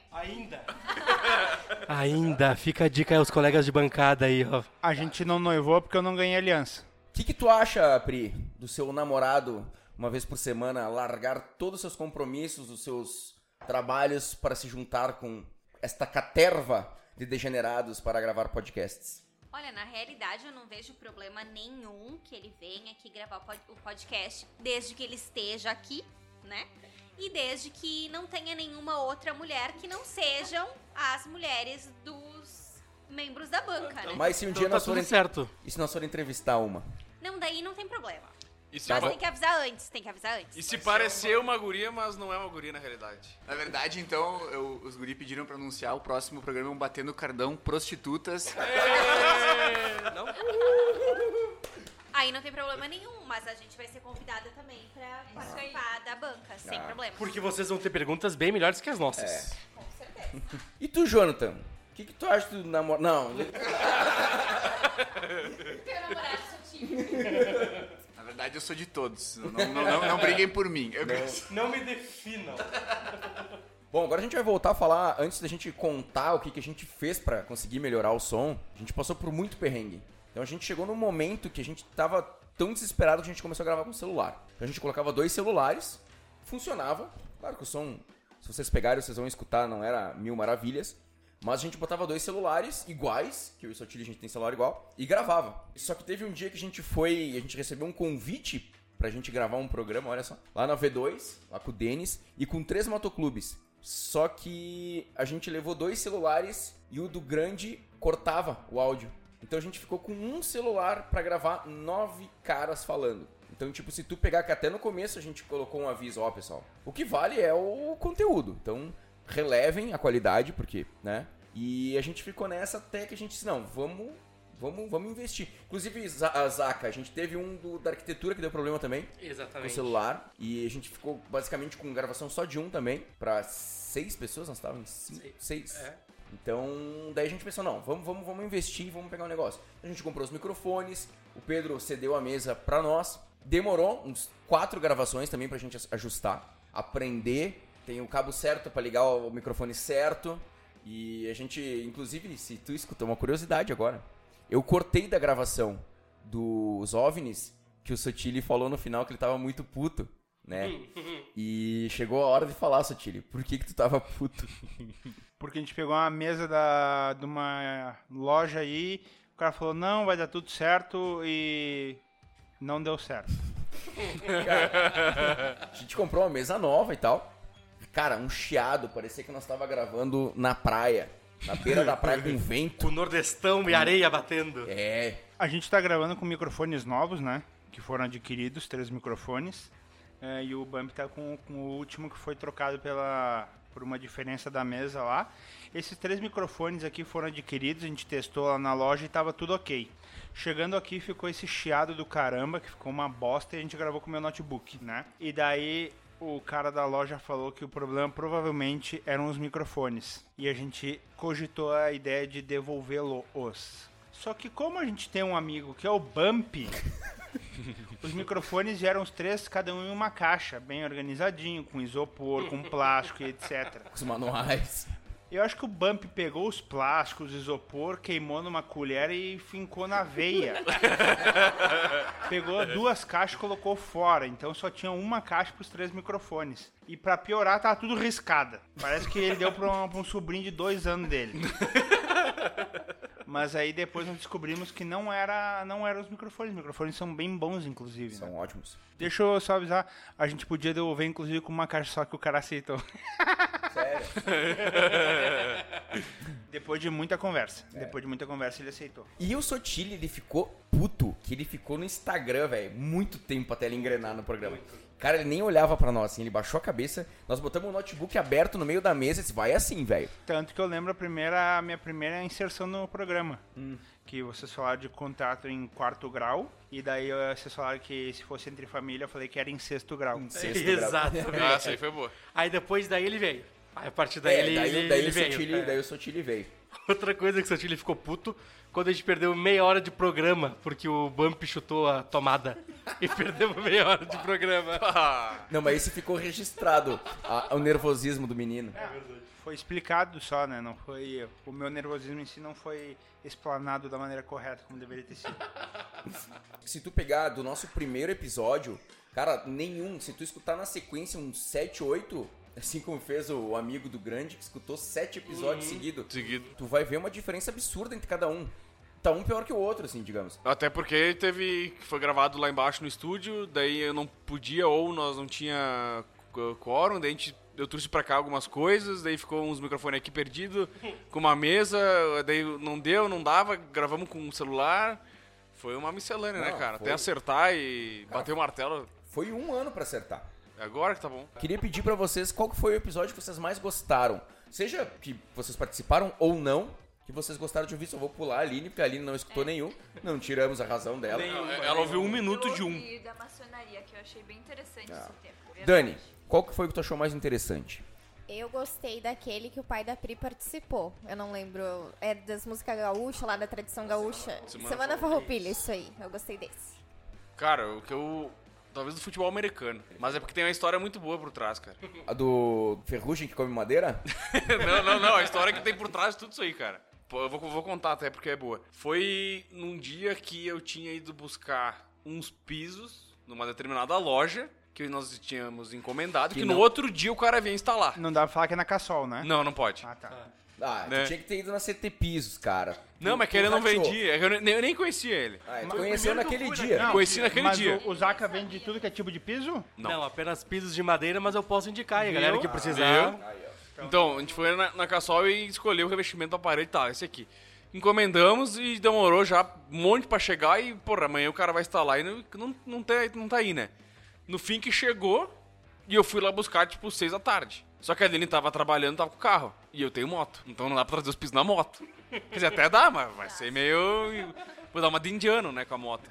Ainda. Fica a dica aos colegas de bancada aí, ó. A gente não noivou porque eu não ganhei aliança. O que tu acha, Pri, do seu namorado, uma vez por semana, largar todos os seus compromissos, os seus trabalhos para se juntar com esta caterva de degenerados para gravar podcasts? Olha, na realidade eu não vejo problema nenhum que ele venha aqui gravar o podcast, desde que ele esteja aqui, né? E desde que não tenha nenhuma outra mulher que não sejam as mulheres dos membros da banca, né? Mas se um dia nós forem certo. E se nós forem entrevistar uma? Não, daí não tem problema. E se Mas tem que avisar antes, E se parecer uma guria, mas não é uma guria na realidade? Na verdade, então, os guri pediram pra anunciar o próximo programa, vão bater no cardão prostitutas. Não? Aí não tem problema nenhum, mas a gente vai ser convidada também pra participar da banca, sem problema. Porque vocês vão ter perguntas bem melhores que as nossas. Com certeza. E tu, Jonathan? O que tu acha do namorado? Não. Teu namorado sutil. Na verdade, eu sou de todos. Não briguem por mim. Não me definam. Bom, agora a gente vai voltar a falar, antes da gente contar o que a gente fez pra conseguir melhorar o som, a gente passou por muito perrengue. Então a gente chegou num momento que a gente tava tão desesperado que a gente começou a gravar com o celular. Então a gente colocava 2 celulares, funcionava. Claro que o som, se vocês pegarem, vocês vão escutar, não era mil maravilhas. Mas a gente botava 2 celulares iguais, que eu e o Sotile a gente tem celular igual, e gravava. Só que teve um dia que a gente recebeu um convite pra gente gravar um programa, olha só, lá na V2, lá com o Denis, e com 3 motoclubes. Só que a gente levou 2 celulares e o do grande cortava o áudio. Então a gente ficou com um celular pra gravar 9 caras falando. Então, tipo, se tu pegar que até no começo a gente colocou um aviso, ó, pessoal, o que vale é o conteúdo. Então, relevem a qualidade, porque, né? E a gente ficou nessa até que a gente disse, não, vamos investir. Inclusive, a Zaca, a gente teve um da arquitetura que deu problema também. Exatamente. Com o celular. E a gente ficou basicamente com gravação só de um também. Pra 6 pessoas, nós estávamos em 6. É. Então, daí a gente pensou, não, vamos investir, vamos pegar um negócio. A gente comprou os microfones, o Pedro cedeu a mesa pra nós. Demorou uns 4 gravações também pra gente ajustar, aprender. Tem o cabo certo pra ligar o microfone certo. E a gente, inclusive, se tu escutou uma curiosidade agora, eu cortei da gravação dos OVNIs que o Sotile falou no final que ele tava muito puto, né? E chegou a hora de falar, Sotile, por que tu tava puto? Porque a gente pegou uma mesa de uma loja aí, o cara falou, não, vai dar tudo certo, e não deu certo. Cara, a gente comprou uma mesa nova e tal. Cara, um chiado, parecia que nós tava gravando na praia, na beira da praia com vento. O nordestão e areia batendo. É. A gente tá gravando com microfones novos, né? Que foram adquiridos, 3 microfones. E o Bump tá com o último que foi trocado por uma diferença da mesa lá. Esses 3 microfones aqui foram adquiridos, a gente testou lá na loja e tava tudo ok. Chegando aqui ficou esse chiado do caramba, que ficou uma bosta, e a gente gravou com o meu notebook, né? E daí o cara da loja falou que o problema provavelmente eram os microfones. E a gente cogitou a ideia de devolvê-los. Só que como a gente tem um amigo que é o Bump, os microfones vieram os 3, cada um em uma caixa, bem organizadinho, com isopor, com plástico e etc. Os manuais. Eu acho que o Bump pegou os plásticos, isopor, queimou numa colher e fincou na veia. Pegou 2 caixas e colocou fora. Então só tinha uma caixa para os 3 microfones. E pra piorar, tava tudo riscada. Parece que ele deu pra um sobrinho de 2 anos dele. Mas aí depois nós descobrimos que não eram os microfones. Os microfones são bem bons, inclusive. São ótimos. Deixa eu só avisar, a gente podia devolver, inclusive, com uma caixa só que o cara aceitou. Sério? Depois de muita conversa. Depois de muita conversa, ele aceitou. E o Sotile, ele ficou puto, que ele ficou no Instagram, velho, muito tempo até ele engrenar no programa. Cara, ele nem olhava pra nós, assim, ele baixou a cabeça, nós botamos o notebook aberto no meio da mesa e disse, vai assim, velho. Tanto que eu lembro a minha primeira inserção no programa. Que vocês falaram de contrato em 4º grau, e daí vocês falaram que se fosse entre família, eu falei que era em 6º grau. Exatamente. Ah, essa aí foi boa. Aí depois daí ele veio. Aí a partir daí ele veio. Daí o Sotile veio. Outra coisa que o Santini ficou puto quando a gente perdeu meia hora de programa, porque o Bump chutou a tomada. E perdemos meia hora de programa. Não, mas esse ficou registrado, o nervosismo do menino. Foi explicado só, né? Não foi... O meu nervosismo em si não foi explanado da maneira correta, como deveria ter sido. Se tu pegar do nosso primeiro episódio, cara, se tu escutar na sequência uns 7, 8, assim como fez o amigo do Grande, que escutou 7 episódios seguidos, tu vai ver uma diferença absurda entre cada um. Tá um pior que o outro, assim, digamos. Até porque foi gravado lá embaixo no estúdio, daí eu não podia ou nós não tinha quórum, daí eu trouxe pra cá algumas coisas, daí ficou uns microfones aqui perdidos, com uma mesa, daí não dava, gravamos com um celular. Foi uma miscelânea, né, cara? Até acertar e bater o martelo. Foi 1 ano pra acertar. Agora que tá bom. Queria pedir pra vocês qual que foi o episódio que vocês mais gostaram. Seja que vocês participaram ou não, que vocês gostaram de ouvir. Só vou pular a Aline, porque a Aline não escutou nenhum. Não tiramos a razão dela. Ela ouviu 1 minuto de um. Eu da maçonaria, que eu achei bem interessante esse tempo. Dani, qual que foi o que tu achou mais interessante? Eu gostei daquele que o pai da Pri participou. Eu não lembro. É das músicas gaúchas, lá da tradição gaúcha. Semana Farroupilha, isso aí. Eu gostei desse. Cara, o que eu... Talvez do futebol americano. Mas é porque tem uma história muito boa por trás, cara. A do Ferrugem que come madeira? Não. A história que tem por trás de tudo isso aí, cara. Pô, eu vou contar até porque é boa. Foi num dia que eu tinha ido buscar uns pisos numa determinada loja que nós tínhamos encomendado, que no outro dia o cara veio instalar. Não dá pra falar que é na Cassol, né? Não pode. Ah, tá. Tu tinha que ter ido na CT Pisos, cara. Não, mas que ele não vendia. Eu nem conhecia ele. Tu conheceu naquele dia. Conheci naquele dia. O Zaca vende tudo que é tipo de piso? Não, apenas pisos de madeira, mas eu posso indicar, e a galera que precisar. Então, a gente foi na Cassol e escolheu o revestimento da parede e tal, esse aqui. Encomendamos e demorou já um monte pra chegar e, porra, amanhã o cara vai instalar e não tá aí, né? No fim que chegou e eu fui lá buscar, tipo, 6 da tarde. Só que a Aline tava trabalhando, tava com o carro. E eu tenho moto. Então não dá pra trazer os pisos na moto. Quer dizer, até dá, mas vai ser meio... Vou dar uma de indiano, né, com a moto.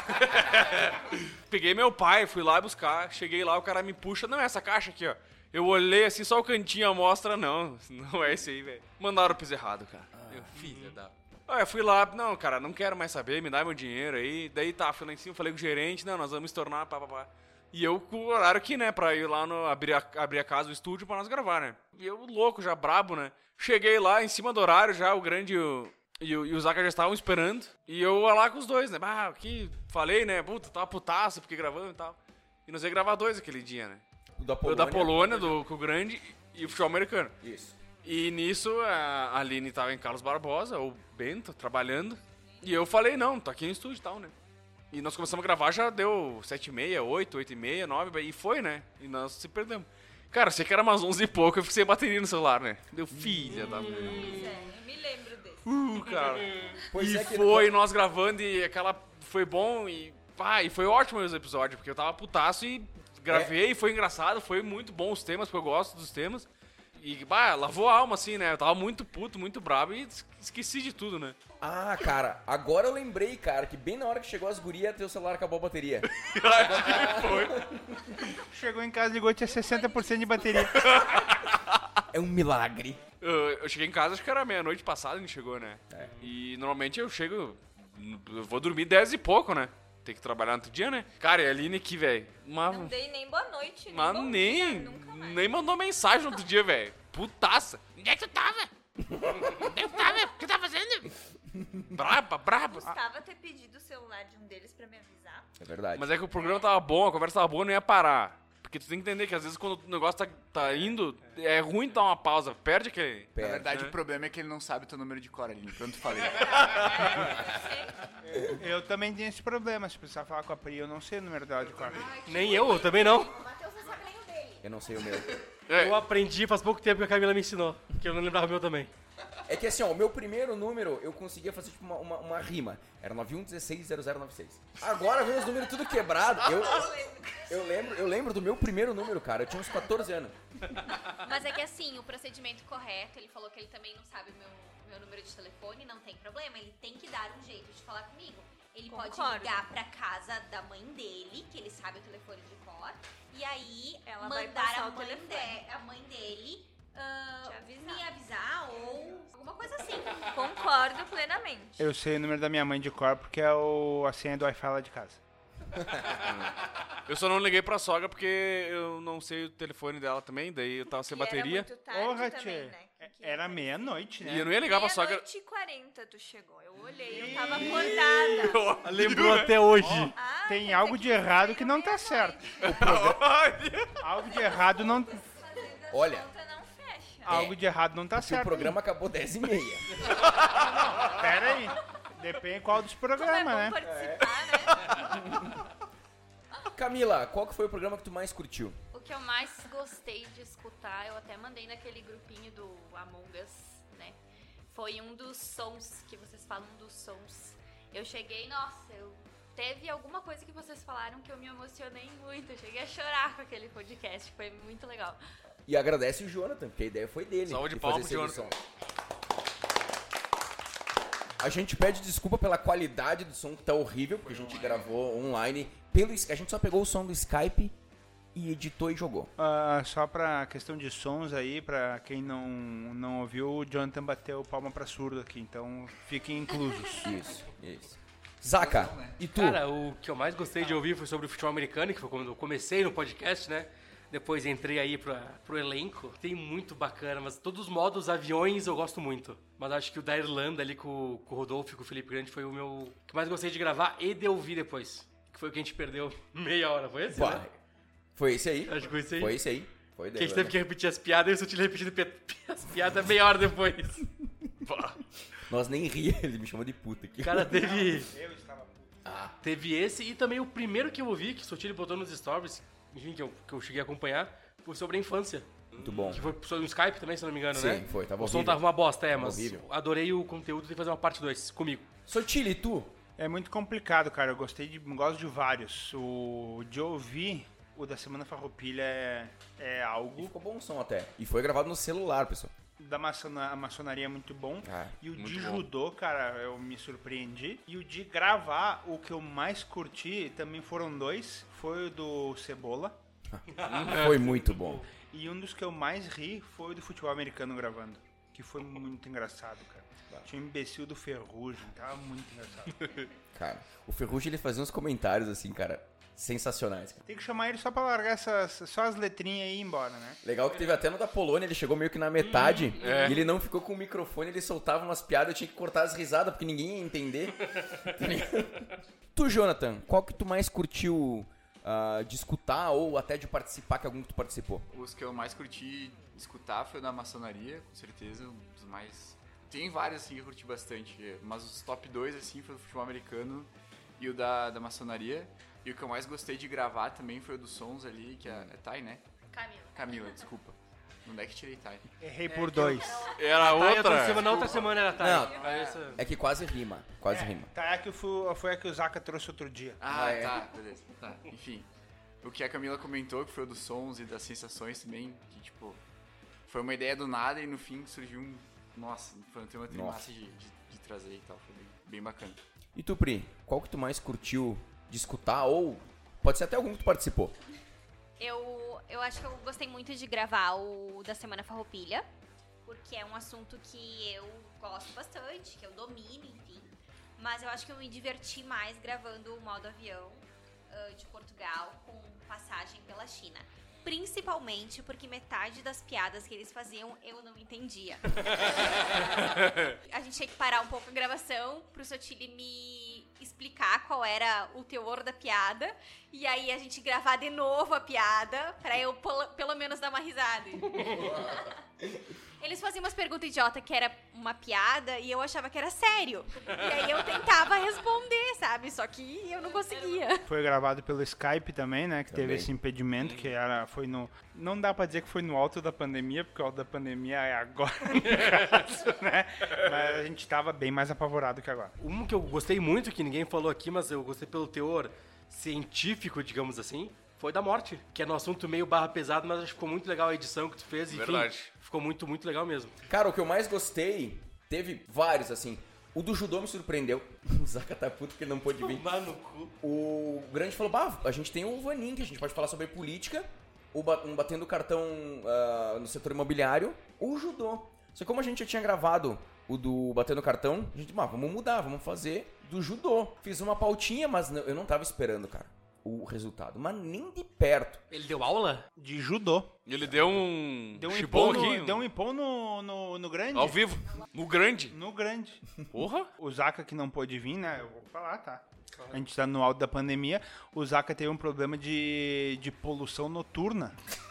Peguei meu pai, fui lá buscar. Cheguei lá, o cara me puxa. Não é essa caixa aqui, ó. Eu olhei assim, só o cantinho, a mostra. Não é esse aí, velho. Mandaram o piso errado, cara. Meu filho da... Eu fui lá, não, cara, não quero mais saber, me dá meu dinheiro aí. Daí tá, fui lá em cima, falei com o gerente. Não, nós vamos estornar, pá. E eu com o horário aqui, né, pra ir lá abrir a casa, o estúdio, pra nós gravar, né. E eu louco, já brabo, né. Cheguei lá, em cima do horário já, o Grande e o Zaca já estavam esperando. E eu lá com os dois, né. Aqui, falei, né, puta, tava putaço, porque gravando e tal. E nós ia gravar 2 aquele dia, né. O da Polônia, com o Grande, e o futebol americano. Isso. E nisso, a Aline tava em Carlos Barbosa, ou Bento, trabalhando. E eu falei, não, tô aqui no estúdio e tal, né. E nós começamos a gravar, já deu 7h30, 8h30, 9h, e foi, né? E nós se perdemos. Cara, sei que era umas 11 e pouco, eu fiquei sem bateria no celular, né? Deu filha da... Pois é, eu me lembro desse. Cara. Foi, nós gravando, e aquela... Foi bom, e foi ótimo os episódios, porque eu tava putaço e gravei, e foi engraçado, foi muito bom os temas, porque eu gosto dos temas. E, lavou a alma, assim, né? Eu tava muito puto, muito bravo e esqueci de tudo, né? Ah, cara, agora eu lembrei, cara, que bem na hora que chegou as gurias, teu celular acabou a bateria. Acho que foi. Chegou em casa, ligou, tinha 60% de bateria. É um milagre. Eu cheguei em casa, acho que era meia-noite passada que chegou, né? E normalmente eu vou dormir 10 e pouco, né? Tem que trabalhar no outro dia, né? Cara, e a Aline aqui, velho. Não dei nem boa noite, nem mas bom nem, dia, nunca mais. Nem mandou mensagem no outro dia, velho. Putaça. Onde é que tu tava? Onde é que tu tava? O que tu tava fazendo? Braba. Gostava ter pedido o celular de um deles pra me avisar. É verdade. Mas é que o programa tava bom, a conversa tava boa, não ia parar. Porque tu tem que entender que às vezes quando o negócio tá indo, é ruim dar uma pausa. Perde aquele... Na verdade, o problema é que ele não sabe o teu número de cor, Aline. Pronto, falei. Eu também tenho esse problema. Se precisar falar com a Pri, eu não sei o número dela de cor. Nem eu também não. O Matheus não sabe nem o dele. Eu não sei o meu. Eu aprendi faz pouco tempo que a Camila me ensinou, que eu não lembrava o meu também. É que assim, ó, o meu primeiro número, eu conseguia fazer tipo uma rima. Era 91160096. Agora vem os números tudo quebrado. Eu lembro do meu primeiro número, cara. Eu tinha uns 14 anos. Mas é que assim, o procedimento correto, ele falou que ele também não sabe o meu número de telefone, não tem problema. Ele tem que dar um jeito de falar comigo. Ele pode ligar pra casa da mãe dele, que ele sabe o telefone de cor, e aí Ela vai mandar passar a o telefone. mãe dele me avisar ou alguma coisa assim. Concordo plenamente. Eu sei o número da minha mãe de cor porque é a senha do Wi-Fi lá de casa. Eu só não liguei pra sogra porque eu não sei o telefone dela também, daí eu tava sem bateria. Era muito tarde Porra, também, tchê. né? Era meia-noite, né? E eu não ia ligar pra sogra. meia-noite e 40 tu chegou. Eu olhei, eu tava acordada. Lembrou até hoje. Ah, Tem quer algo dizer de que errado veio que não tá meia-noite. certo. Algo de errado não... Fazendo as Olha. contas não fecha. Algo de errado não tá Porque o certo. programa acabou 10h30. Pera aí. Depende qual dos Como é programas, bom né? participar, né? Camila, qual que foi o programa que tu mais curtiu? O que eu mais gostei de escutar, eu até mandei naquele grupinho do Among Us, né? Foi um dos sons, que vocês falam dos sons. Eu cheguei, teve alguma coisa que vocês falaram que eu me emocionei muito. Eu cheguei a chorar com aquele podcast, foi muito legal. E agradece o Jonathan, porque a ideia foi dele. Salva de de palmas, fazer essa Jonathan. edição. A gente pede desculpa pela qualidade do som que tá horrível, porque a gente gravou online. A gente só pegou o som do Skype e editou e jogou. Só pra questão de sons aí, pra quem não ouviu, o Jonathan bateu palma pra surdo aqui, então fiquem inclusos. Isso. Zaca, e tu? Cara, o que eu mais gostei de ouvir foi sobre o futebol americano, que foi quando eu comecei no podcast, né? Depois entrei aí pro elenco. Tem muito bacana, mas todos os modos aviões eu gosto muito. Mas acho que o da Irlanda ali com o Rodolfo e com o Felipe Grande foi o meu que mais gostei de gravar e de ouvir depois. Que foi o que a gente perdeu meia hora, foi esse, né? Foi esse aí. Acho que foi esse aí. Foi esse aí. Foi Que a gente teve que repetir as piadas e eu só tinha repetido as piadas meia hora depois. Nós nem ria, ele me chamou de puta aqui. Cara, teve... Eu estava puto. Teve esse e também o primeiro que eu ouvi, que o Sotile botou nos stories, enfim, que eu cheguei a acompanhar, foi sobre a infância. Muito bom. Que foi sobre um Skype também, se não me engano, Sim, né? foi, tava O som horrível. tava uma bosta, Tava mas horrível. adorei o conteúdo de fazer uma parte 2 comigo. Sotile, e tu? É muito complicado, cara. Eu gosto de vários. O de ouvir, o da Semana Farroupilha é E algo. ficou bom o som até. E foi gravado no celular, pessoal. Da maçonaria é muito bom. E o de judô, cara, eu me surpreendi. E o de gravar, o que eu mais curti, também foram dois. Foi o do Cebola. Foi muito bom. E um dos que eu mais ri foi o do futebol americano gravando. Que foi muito engraçado, cara. Tinha um imbecil do Ferrugem, tava muito engraçado. Cara, o Ferrugem, ele fazia uns comentários assim, cara, sensacionais. Cara. Tem que chamar ele só pra largar só as letrinhas aí e ir embora, né? Legal que teve até no da Polônia, ele chegou meio que na metade e ele não ficou com o microfone, ele soltava umas piadas, eu tinha que cortar as risadas porque ninguém ia entender. Tu, Jonathan, qual que tu mais curtiu de escutar ou até de participar, que algum que tu participou? Os que eu mais curti de escutar foi o da maçonaria, com certeza, um dos mais... Tem vários, assim, que eu curti bastante, mas os top 2, assim, foi o futebol americano e o da maçonaria. E o que eu mais gostei de gravar também foi o dos sons ali, que é Thay, né? Camila, desculpa. Onde é que tirei Thay? Errei por dois. Era outra. Na outra semana era Thay. Não, é que quase rima, rima. Tá, foi a que o Zaca trouxe outro dia. Tá, beleza. Tá, enfim. O que a Camila comentou, que foi o dos sons e das sensações também, que, tipo, foi uma ideia do nada e no fim surgiu um... Nossa, foi um tema massa de trazer e tal, foi bem bacana. E tu, Pri, qual que tu mais curtiu de escutar ou pode ser até algum que tu participou? Eu acho que eu gostei muito de gravar o da Semana Farroupilha, porque é um assunto que eu gosto bastante, que eu domino, enfim. Mas eu acho que eu me diverti mais gravando o modo avião de Portugal com passagem pela China. Principalmente porque metade das piadas que eles faziam eu não entendia. A gente tinha que parar um pouco a gravação pro Sotile me explicar qual era o teor da piada. E aí a gente gravar de novo a piada pra eu pelo menos dar uma risada. Eles faziam umas perguntas idiota que era uma piada e eu achava que era sério. E aí eu tentava responder, sabe? Só que eu não conseguia. Foi gravado pelo Skype também, né? Que teve esse impedimento, que foi no... Não dá pra dizer que foi no alto da pandemia, porque o alto da pandemia é agora, no caso, né? Mas a gente tava bem mais apavorado que agora. Um que eu gostei muito, que ninguém falou aqui, mas eu gostei pelo teor científico, digamos assim, foi da morte, que é no assunto meio barra pesado, mas acho que ficou muito legal a edição que tu fez, enfim. Verdade. Ficou muito, muito legal mesmo. Cara, o que eu mais gostei, teve vários, assim. O do judô me surpreendeu. O Zaca tá puto porque ele não pôde vir. Tomar no cu. O Grande falou, a gente tem o Vanin, que a gente pode falar sobre política um batendo cartão no setor imobiliário, ou judô. Só que como a gente já tinha gravado o do batendo cartão, a gente, vamos mudar, vamos fazer do judô. Fiz uma pautinha, mas eu não tava esperando, cara, o resultado. Mas nem de perto. Ele deu aula? De judô. Ele deu um ipom aqui. Deu um ipom no grande. Ao vivo. No grande. No grande. Porra. O Zaca que não pôde vir, né? Eu vou falar, tá? A gente tá no alto da pandemia. O Zaca teve um problema de poluição noturna.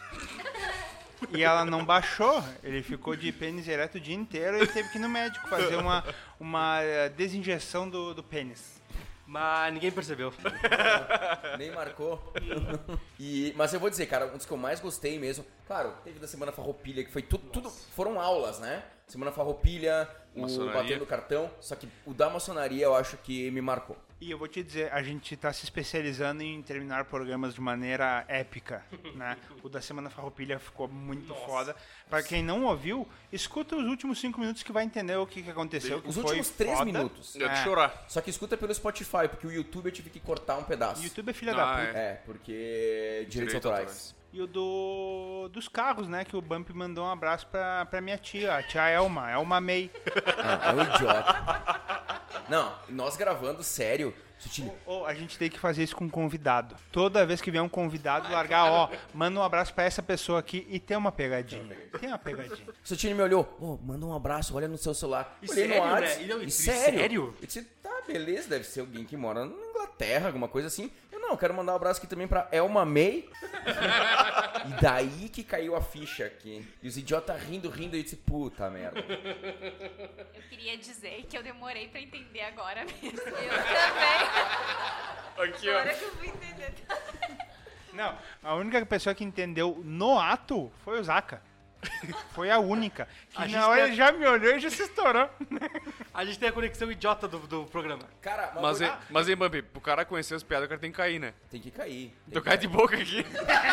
E ela não baixou. Ele ficou de pênis ereto o dia inteiro e teve que ir no médico fazer uma desinjeção do pênis. Mas ninguém percebeu. Nem marcou. Mas eu vou dizer, cara, um dos que eu mais gostei mesmo. Claro, teve da Semana Farroupilha, que foi tudo foram aulas, né? Semana Farroupilha, o batendo cartão. Só que o da maçonaria eu acho que me marcou. E eu vou te dizer, a gente tá se especializando em terminar programas de maneira épica, né? O da Semana Farroupilha ficou muito foda. Pra quem não ouviu, escuta os últimos 5 minutos que vai entender o que aconteceu. Os últimos 3 minutos. Eu ia chorar. Só que escuta pelo Spotify, porque o YouTube eu tive que cortar um pedaço. O YouTube é filha da puta. Porque direitos autorais. E o dos carros, né? Que o Bump mandou um abraço pra minha tia, a tia Elma May. É um idiota. Não, nós gravando, sério. A gente tem que fazer isso com um convidado. Toda vez que vier um convidado, largar, manda um abraço pra essa pessoa aqui e tem uma pegadinha. Tem uma pegadinha. O Sotile me olhou, manda um abraço, olha no seu celular. E olhei sério, no WhatsApp, né? sério? Eu disse, tá, beleza, deve ser alguém que mora na Inglaterra, alguma coisa assim. Eu quero mandar um abraço aqui também pra Elma May. E daí que caiu a ficha aqui. E os idiotas rindo, e eu disse, puta merda. Eu queria dizer que eu demorei pra entender agora mesmo. Eu também. Aqui, Agora que eu fui entender. Não, a única pessoa que entendeu no ato foi o Zaca. Foi a única. Que na hora ele já me olhou e já se estourou. A gente tem a conexão idiota do programa. Cara, Mas hein, Bambi, pro cara conhecer as piadas, o cara tem que cair, né? tem que cair. Então cai de boca aqui.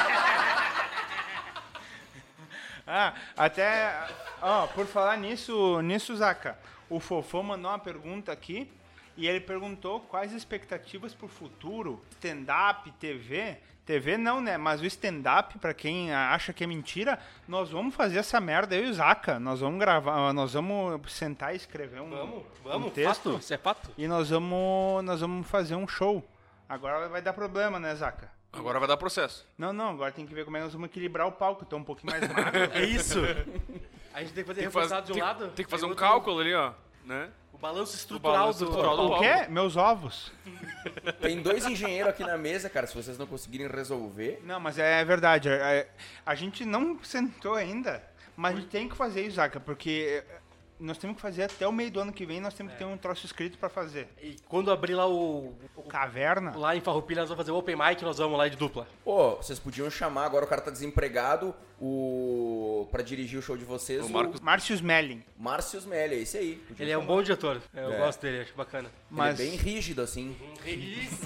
Por falar nisso, Zaca, o Fofão mandou uma pergunta aqui e ele perguntou quais expectativas pro futuro, stand-up, TV. TV não, né? Mas o stand-up, pra quem acha que é mentira, nós vamos fazer essa merda, eu e o Zaca. Nós vamos gravar, nós vamos sentar e escrever um texto. Fato, isso é fato. E nós vamos fazer um show. Agora vai dar problema, né, Zaca? Agora vai dar processo. Não, agora tem que ver como é que nós vamos equilibrar o palco. Tô um pouquinho mais magro. É isso. A gente tem que fazer reforçado de um lado. Tem que fazer um outro- cálculo ali, ó. Né? O balanço estrutural do O palco. quê? Meus ovos. Tem 2 engenheiros aqui na mesa, cara. Se vocês não conseguirem resolver... Não, mas é verdade. A gente não sentou ainda, mas a gente tem que fazer isso, Zaca, porque nós temos que fazer até o meio do ano que vem, nós temos que ter um troço escrito pra fazer. E quando abrir lá o Caverna? lá em Farroupilha, nós vamos fazer o open mic, nós vamos lá de dupla. Pô, vocês podiam chamar, agora o cara tá desempregado, pra dirigir o show de vocês, O Marcos- Márcio Smelling. Márcio Smelly, é esse aí. Podiam Ele é um chamar. bom diretor. Eu gosto dele, acho bacana. Mas Ele é bem rígido, assim. Isso.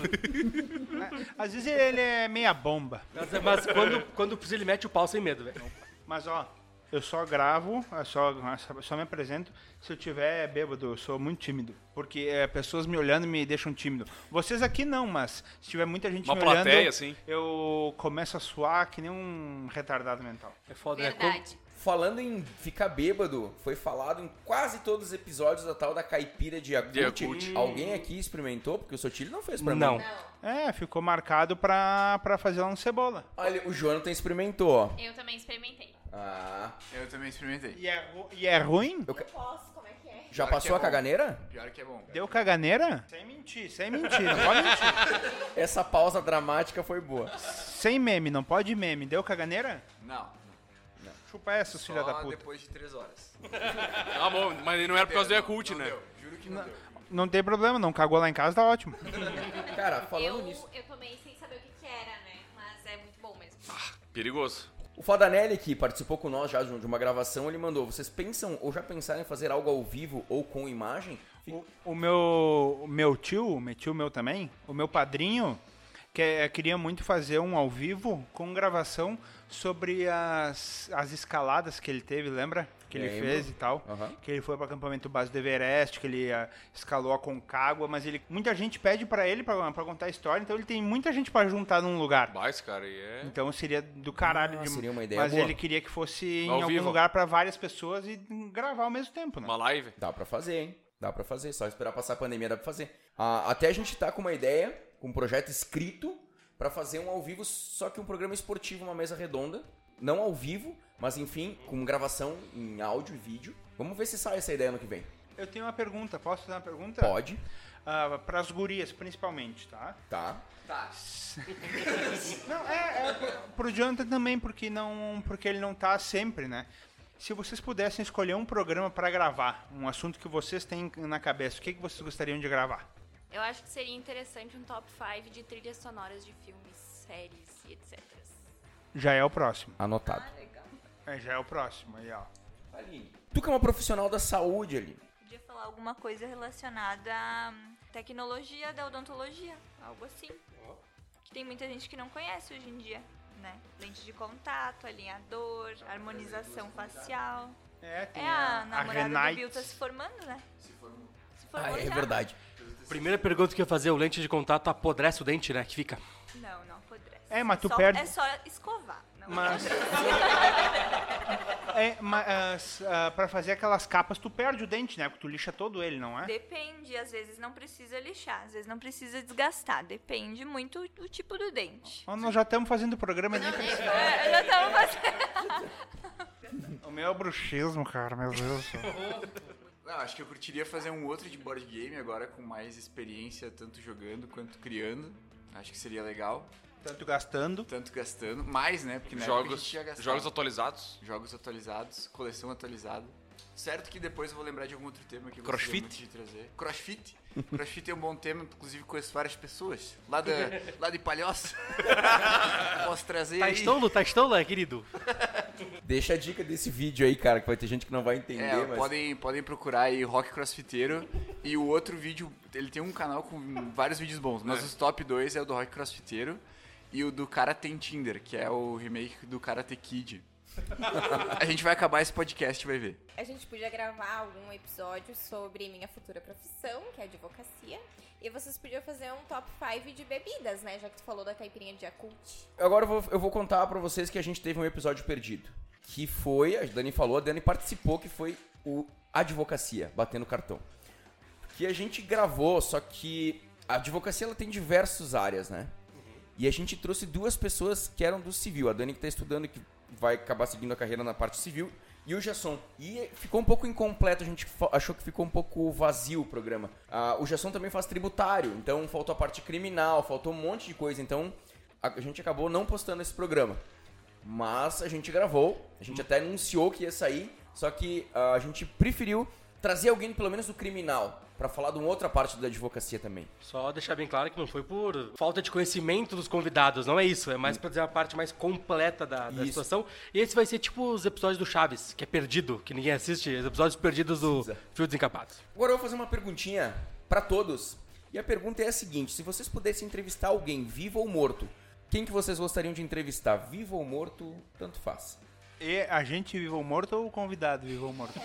às vezes ele é meia bomba. Mas quando precisa, ele mete o pau sem medo, velho. Mas eu só gravo, só me apresento se eu tiver bêbado. Eu sou muito tímido. Porque pessoas me olhando me deixam tímido. Vocês aqui não, mas se tiver muita gente Uma me olhando, plateia, assim. eu começo a suar que nem um retardado mental. É foda, né? Verdade. Falando em ficar bêbado, foi falado em quase todos os episódios da tal da caipira de Yakult. Alguém aqui experimentou? Porque o Sotile não fez pra Não. mim. Ficou marcado pra fazer lá no Cebola. Olha, o Jonathan experimentou, ó. Eu também experimentei. Ah, Eu também experimentei. E é ruim? Eu posso, como é que é? já Pior que passou é a caganeira? Pior que é bom. Deu caganeira? Sem mentir, não pode mentir. Essa pausa dramática foi boa. Sem meme, não pode meme. Deu caganeira? Não. Chupa essa, filha Só da puta. depois de 3 horas. Ah, bom, mas não era por causa do Yakult, Não né? deu, juro que não deu. Não tem problema, não cagou lá em casa, tá ótimo. Cara, falando nisso. Eu tomei sem saber o que era, né? Mas é muito bom mesmo. Perigoso. O Fadanelli, que participou com nós já de uma gravação, ele mandou: vocês pensam ou já pensaram em fazer algo ao vivo ou com imagem? O meu tio meu também, o meu padrinho, queria muito fazer um ao vivo com gravação sobre as escaladas que ele teve, lembra? que ele Lembro. fez e tal. Aham. Que ele foi pro acampamento base do Everest, que ele escalou a Concagua, mas muita gente pede pra ele pra contar a história, então ele tem muita gente pra juntar num lugar. Mas, cara, e é... Então seria do caralho. Seria uma ideia mas boa. ele queria que fosse em Ao algum vivo. lugar pra várias pessoas e gravar ao mesmo tempo, né? Uma live? Dá pra fazer, hein? Dá pra fazer. Só esperar passar a pandemia dá pra fazer. Até a gente tá com uma ideia, com um projeto escrito, pra fazer um ao vivo, só que um programa esportivo, uma mesa redonda. Não ao vivo, mas enfim, com gravação em áudio e vídeo. Vamos ver se sai essa ideia ano que vem. Eu tenho uma pergunta, posso fazer uma pergunta? Pode. Pras gurias, principalmente, tá? Tá. Não, pro Jonathan também, porque ele não tá sempre, né? Se vocês pudessem escolher um programa pra gravar, um assunto que vocês têm na cabeça, o que vocês gostariam de gravar? Eu acho que seria interessante um top 5 de trilhas sonoras de filmes, séries e etc. Já é o próximo. Anotado. Já é o próximo, aí ó. Aline, tu que é uma profissional da saúde, Aline. Podia falar alguma coisa relacionada à tecnologia da odontologia, algo assim. Que tem muita gente que não conhece hoje em dia, né? Lente de contato, alinhador, harmonização facial. Tem a namorada do Renate. Bill tá se formando, né? Se formou É já. verdade. Primeira pergunta que eu ia fazer, o lente de contato apodrece o dente, né? Que fica. Não apodrece. Mas tu perde... É só escovar. Não Mas... pra fazer aquelas capas, tu perde o dente, né? Porque tu lixa todo ele, não é? Depende, às vezes não precisa lixar, às vezes não precisa desgastar. Depende muito do tipo do dente. Nós já estamos fazendo o programa e nem precisa. Já estamos fazendo. O meu é bruxismo, cara, meu Deus. Não, acho que eu curtiria fazer um outro de board game agora com mais experiência, tanto jogando quanto criando. Acho que seria legal. Tanto gastando. Tanto gastando. Mais, né? Porque na época a gente tinha gastado. Jogos atualizados. Jogos atualizados, coleção atualizada. Certo que depois eu vou lembrar de algum outro tema que eu Crossfit? gostaria muito de trazer. Crossfit? Crossfit é um bom tema, inclusive conheço várias pessoas. Lá de Palhoça. Posso trazer Tá aí. estolo, né, querido? Deixa a dica desse vídeo aí, cara, que vai ter gente que não vai entender, mas... podem procurar aí Rock Crossfiteiro. E o outro vídeo, ele tem um canal com vários vídeos bons, mas os top 2 é o do Rock Crossfiteiro e o do Karate Tinder, que é o remake do Karate Kid. A gente vai acabar esse podcast e vai ver. A gente podia gravar algum episódio sobre minha futura profissão, que é advocacia. E vocês podiam fazer um top 5 de bebidas, né? Já que tu falou da caipirinha de Yakult. Agora eu vou contar pra vocês que a gente teve um episódio perdido. Que foi, a Dani falou, a Dani participou, que foi o Advocacia, batendo cartão. Que a gente gravou, só que a advocacia ela tem diversas áreas, né? E a gente trouxe duas pessoas que eram do civil. A Dani que tá estudando, que vai acabar seguindo a carreira na parte civil, e o Gerson. E ficou um pouco incompleto, a gente achou que ficou um pouco vazio o programa. O Gerson também faz tributário, então faltou a parte criminal, faltou um monte de coisa, então a gente acabou não postando esse programa. Mas a gente gravou, a gente até anunciou que ia sair, só que a gente preferiu trazer alguém pelo menos do criminal, pra falar de uma outra parte da advocacia também. Só deixar bem claro que não foi por falta de conhecimento dos convidados, não é isso. É mais pra dizer a parte mais completa da situação. E esse vai ser tipo os episódios do Chaves, que é perdido, que ninguém assiste. Os episódios perdidos do Fio Desencapado. Agora eu vou fazer uma perguntinha pra todos. E a pergunta é a seguinte, se vocês pudessem entrevistar alguém, vivo ou morto, quem que vocês gostariam de entrevistar? Vivo ou morto, tanto faz. E a gente vivo ou morto ou o convidado vivo ou morto?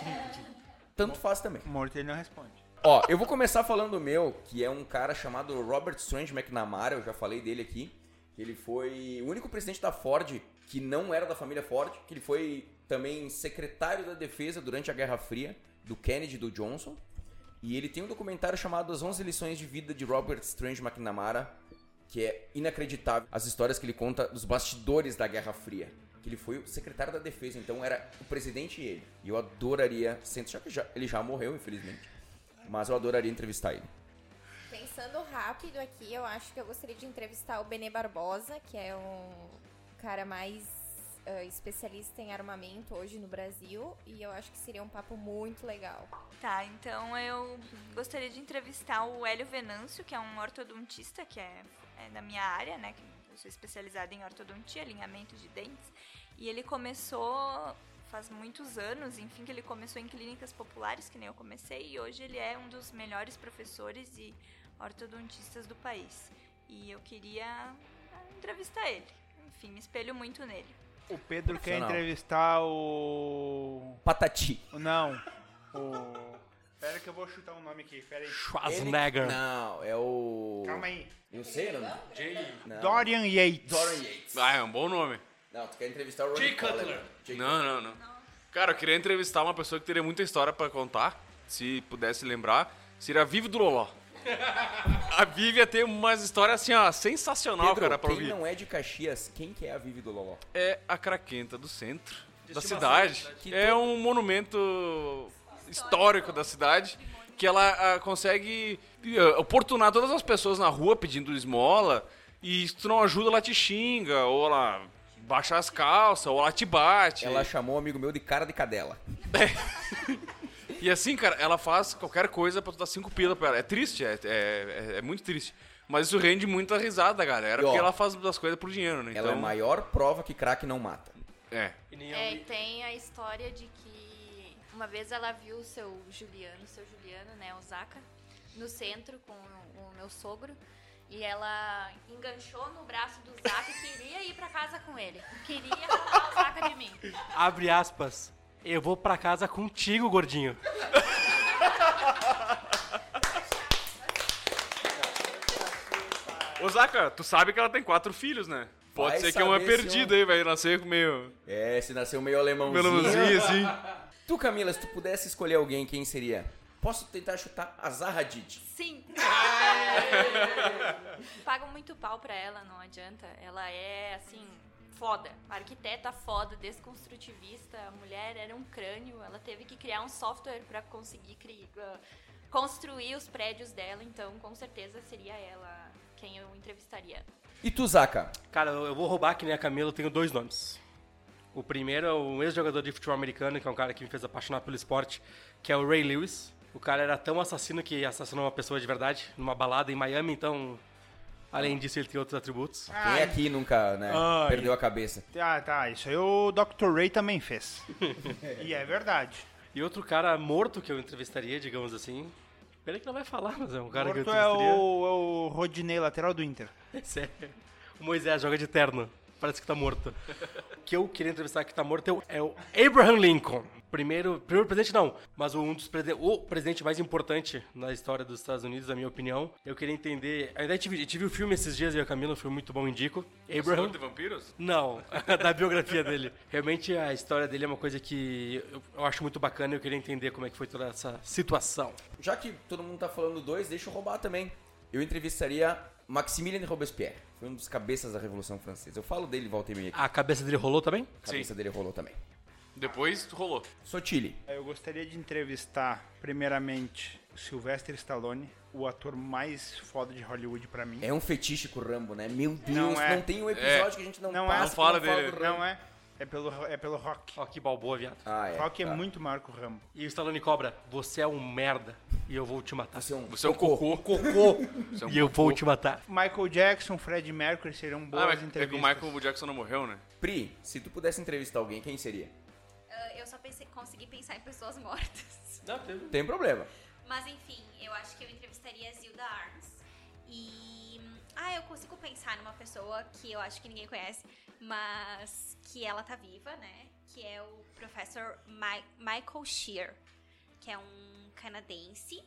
Tanto faz também. Morto ele não responde. Ó, eu vou começar falando o meu, que é um cara chamado Robert Strange McNamara, eu já falei dele aqui. Ele foi o único presidente da Ford que não era da família Ford, que ele foi também secretário da defesa durante a Guerra Fria, do Kennedy e do Johnson. E ele tem um documentário chamado As 11 Lições de Vida de Robert Strange McNamara, que é inacreditável. As histórias que ele conta dos bastidores da Guerra Fria. Que ele foi o secretário da defesa, então era o presidente e ele. E eu adoraria, já que ele já morreu, infelizmente, mas eu adoraria entrevistar ele. Pensando rápido aqui, eu acho que eu gostaria de entrevistar o Benê Barbosa, que é um cara mais especialista em armamento hoje no Brasil, e eu acho que seria um papo muito legal. Tá, então eu gostaria de entrevistar o Hélio Venâncio, que é um ortodontista, que é da minha área, né? Eu sou especializada em ortodontia, alinhamento de dentes, e ele começou faz muitos anos, enfim, que ele começou em clínicas populares, que nem eu comecei, e hoje ele é um dos melhores professores e ortodontistas do país. E eu queria entrevistar ele. Enfim, me espelho muito nele. O Pedro quer Profissional. entrevistar o... Patati. Não. Pera que eu vou chutar um nome aqui, pera aí. Schwarzenegger. Não, é o... Calma aí. Não sei o nome. Não. Dorian Yates. Dorian Yates. Ah, é um bom nome. Não, tu quer entrevistar o Ronnie Coleman. Não. Cara, eu queria entrevistar uma pessoa que teria muita história pra contar, se pudesse lembrar. Seria a Vivi do Loló. A Vivi tem umas histórias assim, ó, sensacional, Pedro, cara, pra quem ouvir. não é de Caxias, quem que é a Vivi do Loló? É a craquenta do centro da estimação cidade. da cidade. É um monumento histórico da cidade que ela consegue oportunar todas as pessoas na rua pedindo esmola e se tu não ajuda, ela te xinga, ou ela baixa as calças, ou ela te bate. Ela chamou um amigo meu de cara de cadela. E assim, cara, ela faz qualquer coisa pra tu dar 5 pila pra ela. É triste, é muito triste. Mas isso rende muita risada da galera, E, ó, porque ela faz as coisas por dinheiro, né? Ela é a maior prova que craque não mata. É. É, e tem a história de que uma vez ela viu o seu Juliano, né, o Zaka, no centro com o meu sogro. E ela enganchou no braço do Zaka e queria ir pra casa com ele. Queria roubar o Zaka de mim. Abre aspas. Eu vou pra casa contigo, gordinho. Ô, Zaka, tu sabe que ela tem 4 filhos, né? Pode Vai ser que é uma saber se perdida aí, vai nascer meio... É, se nasceu meio alemãozinho. Melosinho, assim. Tu, Camila, se tu pudesse escolher alguém, quem seria? Posso tentar chutar a Zaha Hadid. Sim. Pagam muito pau pra ela, não adianta. Ela é, assim, foda. Arquiteta foda, desconstrutivista. A mulher era um crânio. Ela teve que criar um software pra conseguir construir os prédios dela. Então, com certeza, seria ela quem eu entrevistaria. E tu, Zaka? Cara, eu vou roubar que nem a Camila, eu tenho 2 nomes. O primeiro é um ex-jogador de futebol americano, que é um cara que me fez apaixonar pelo esporte, que é o Ray Lewis. O cara era tão assassino que assassinou uma pessoa de verdade numa balada em Miami, então, além disso, ele tem outros atributos. Quem aqui nunca, né, Ai. perdeu a cabeça? Tá. Isso aí o Dr. Ray também fez. E é verdade. E outro cara morto que eu entrevistaria, digamos assim. Pena que não vai falar, mas é um cara que eu Morto é entrevistaria. o Rodinei, lateral do Inter. Sério. O Moisés joga de terno. Parece que tá morto. O que eu queria entrevistar que tá morto é o Abraham Lincoln. Primeiro presidente não, mas o presidente mais importante na história dos Estados Unidos, na minha opinião. Eu queria entender... Ainda tive o filme esses dias, eu e a Camila, um filme muito bom, indico. Abraham... de vampiros? Não, da biografia dele. Realmente a história dele é uma coisa que eu acho muito bacana e eu queria entender como é que foi toda essa situação. Já que todo mundo tá falando 2, deixa eu roubar também. Eu entrevistaria Maximilien Robespierre. Foi um dos cabeças da Revolução Francesa. Eu falo dele, volta e meia aqui. A cabeça dele rolou também? A cabeça dele rolou também. Depois rolou. Sotile. Eu gostaria de entrevistar, primeiramente, o Sylvester Stallone, o ator mais foda de Hollywood pra mim. É um fetiche com o Rambo, né? Meu Deus, Não não, é. tem um episódio que a gente não Não é. passa Não fala que não dele. do Rambo. Não é? É pelo Rock. Ó, que balboa, viado. Ah, é. Rock é tá. muito maior que o Rambo. E o Stallone cobra, você é um merda e eu vou te matar. Você é um cocô. Cocô. E eu vou te matar. Michael Jackson, Fred Mercury seriam boas Mas é que entrevistas. o Michael Jackson não morreu, né? Pri, se tu pudesse entrevistar alguém, quem seria? Eu só consegui pensar em pessoas mortas. Não, teve. Tem problema. Mas enfim, eu acho que eu entrevistaria a Zilda Arms. E. Eu consigo pensar numa pessoa que eu acho que ninguém conhece, mas que ela tá viva, né? Que é o professor Michael Shear, que é um canadense.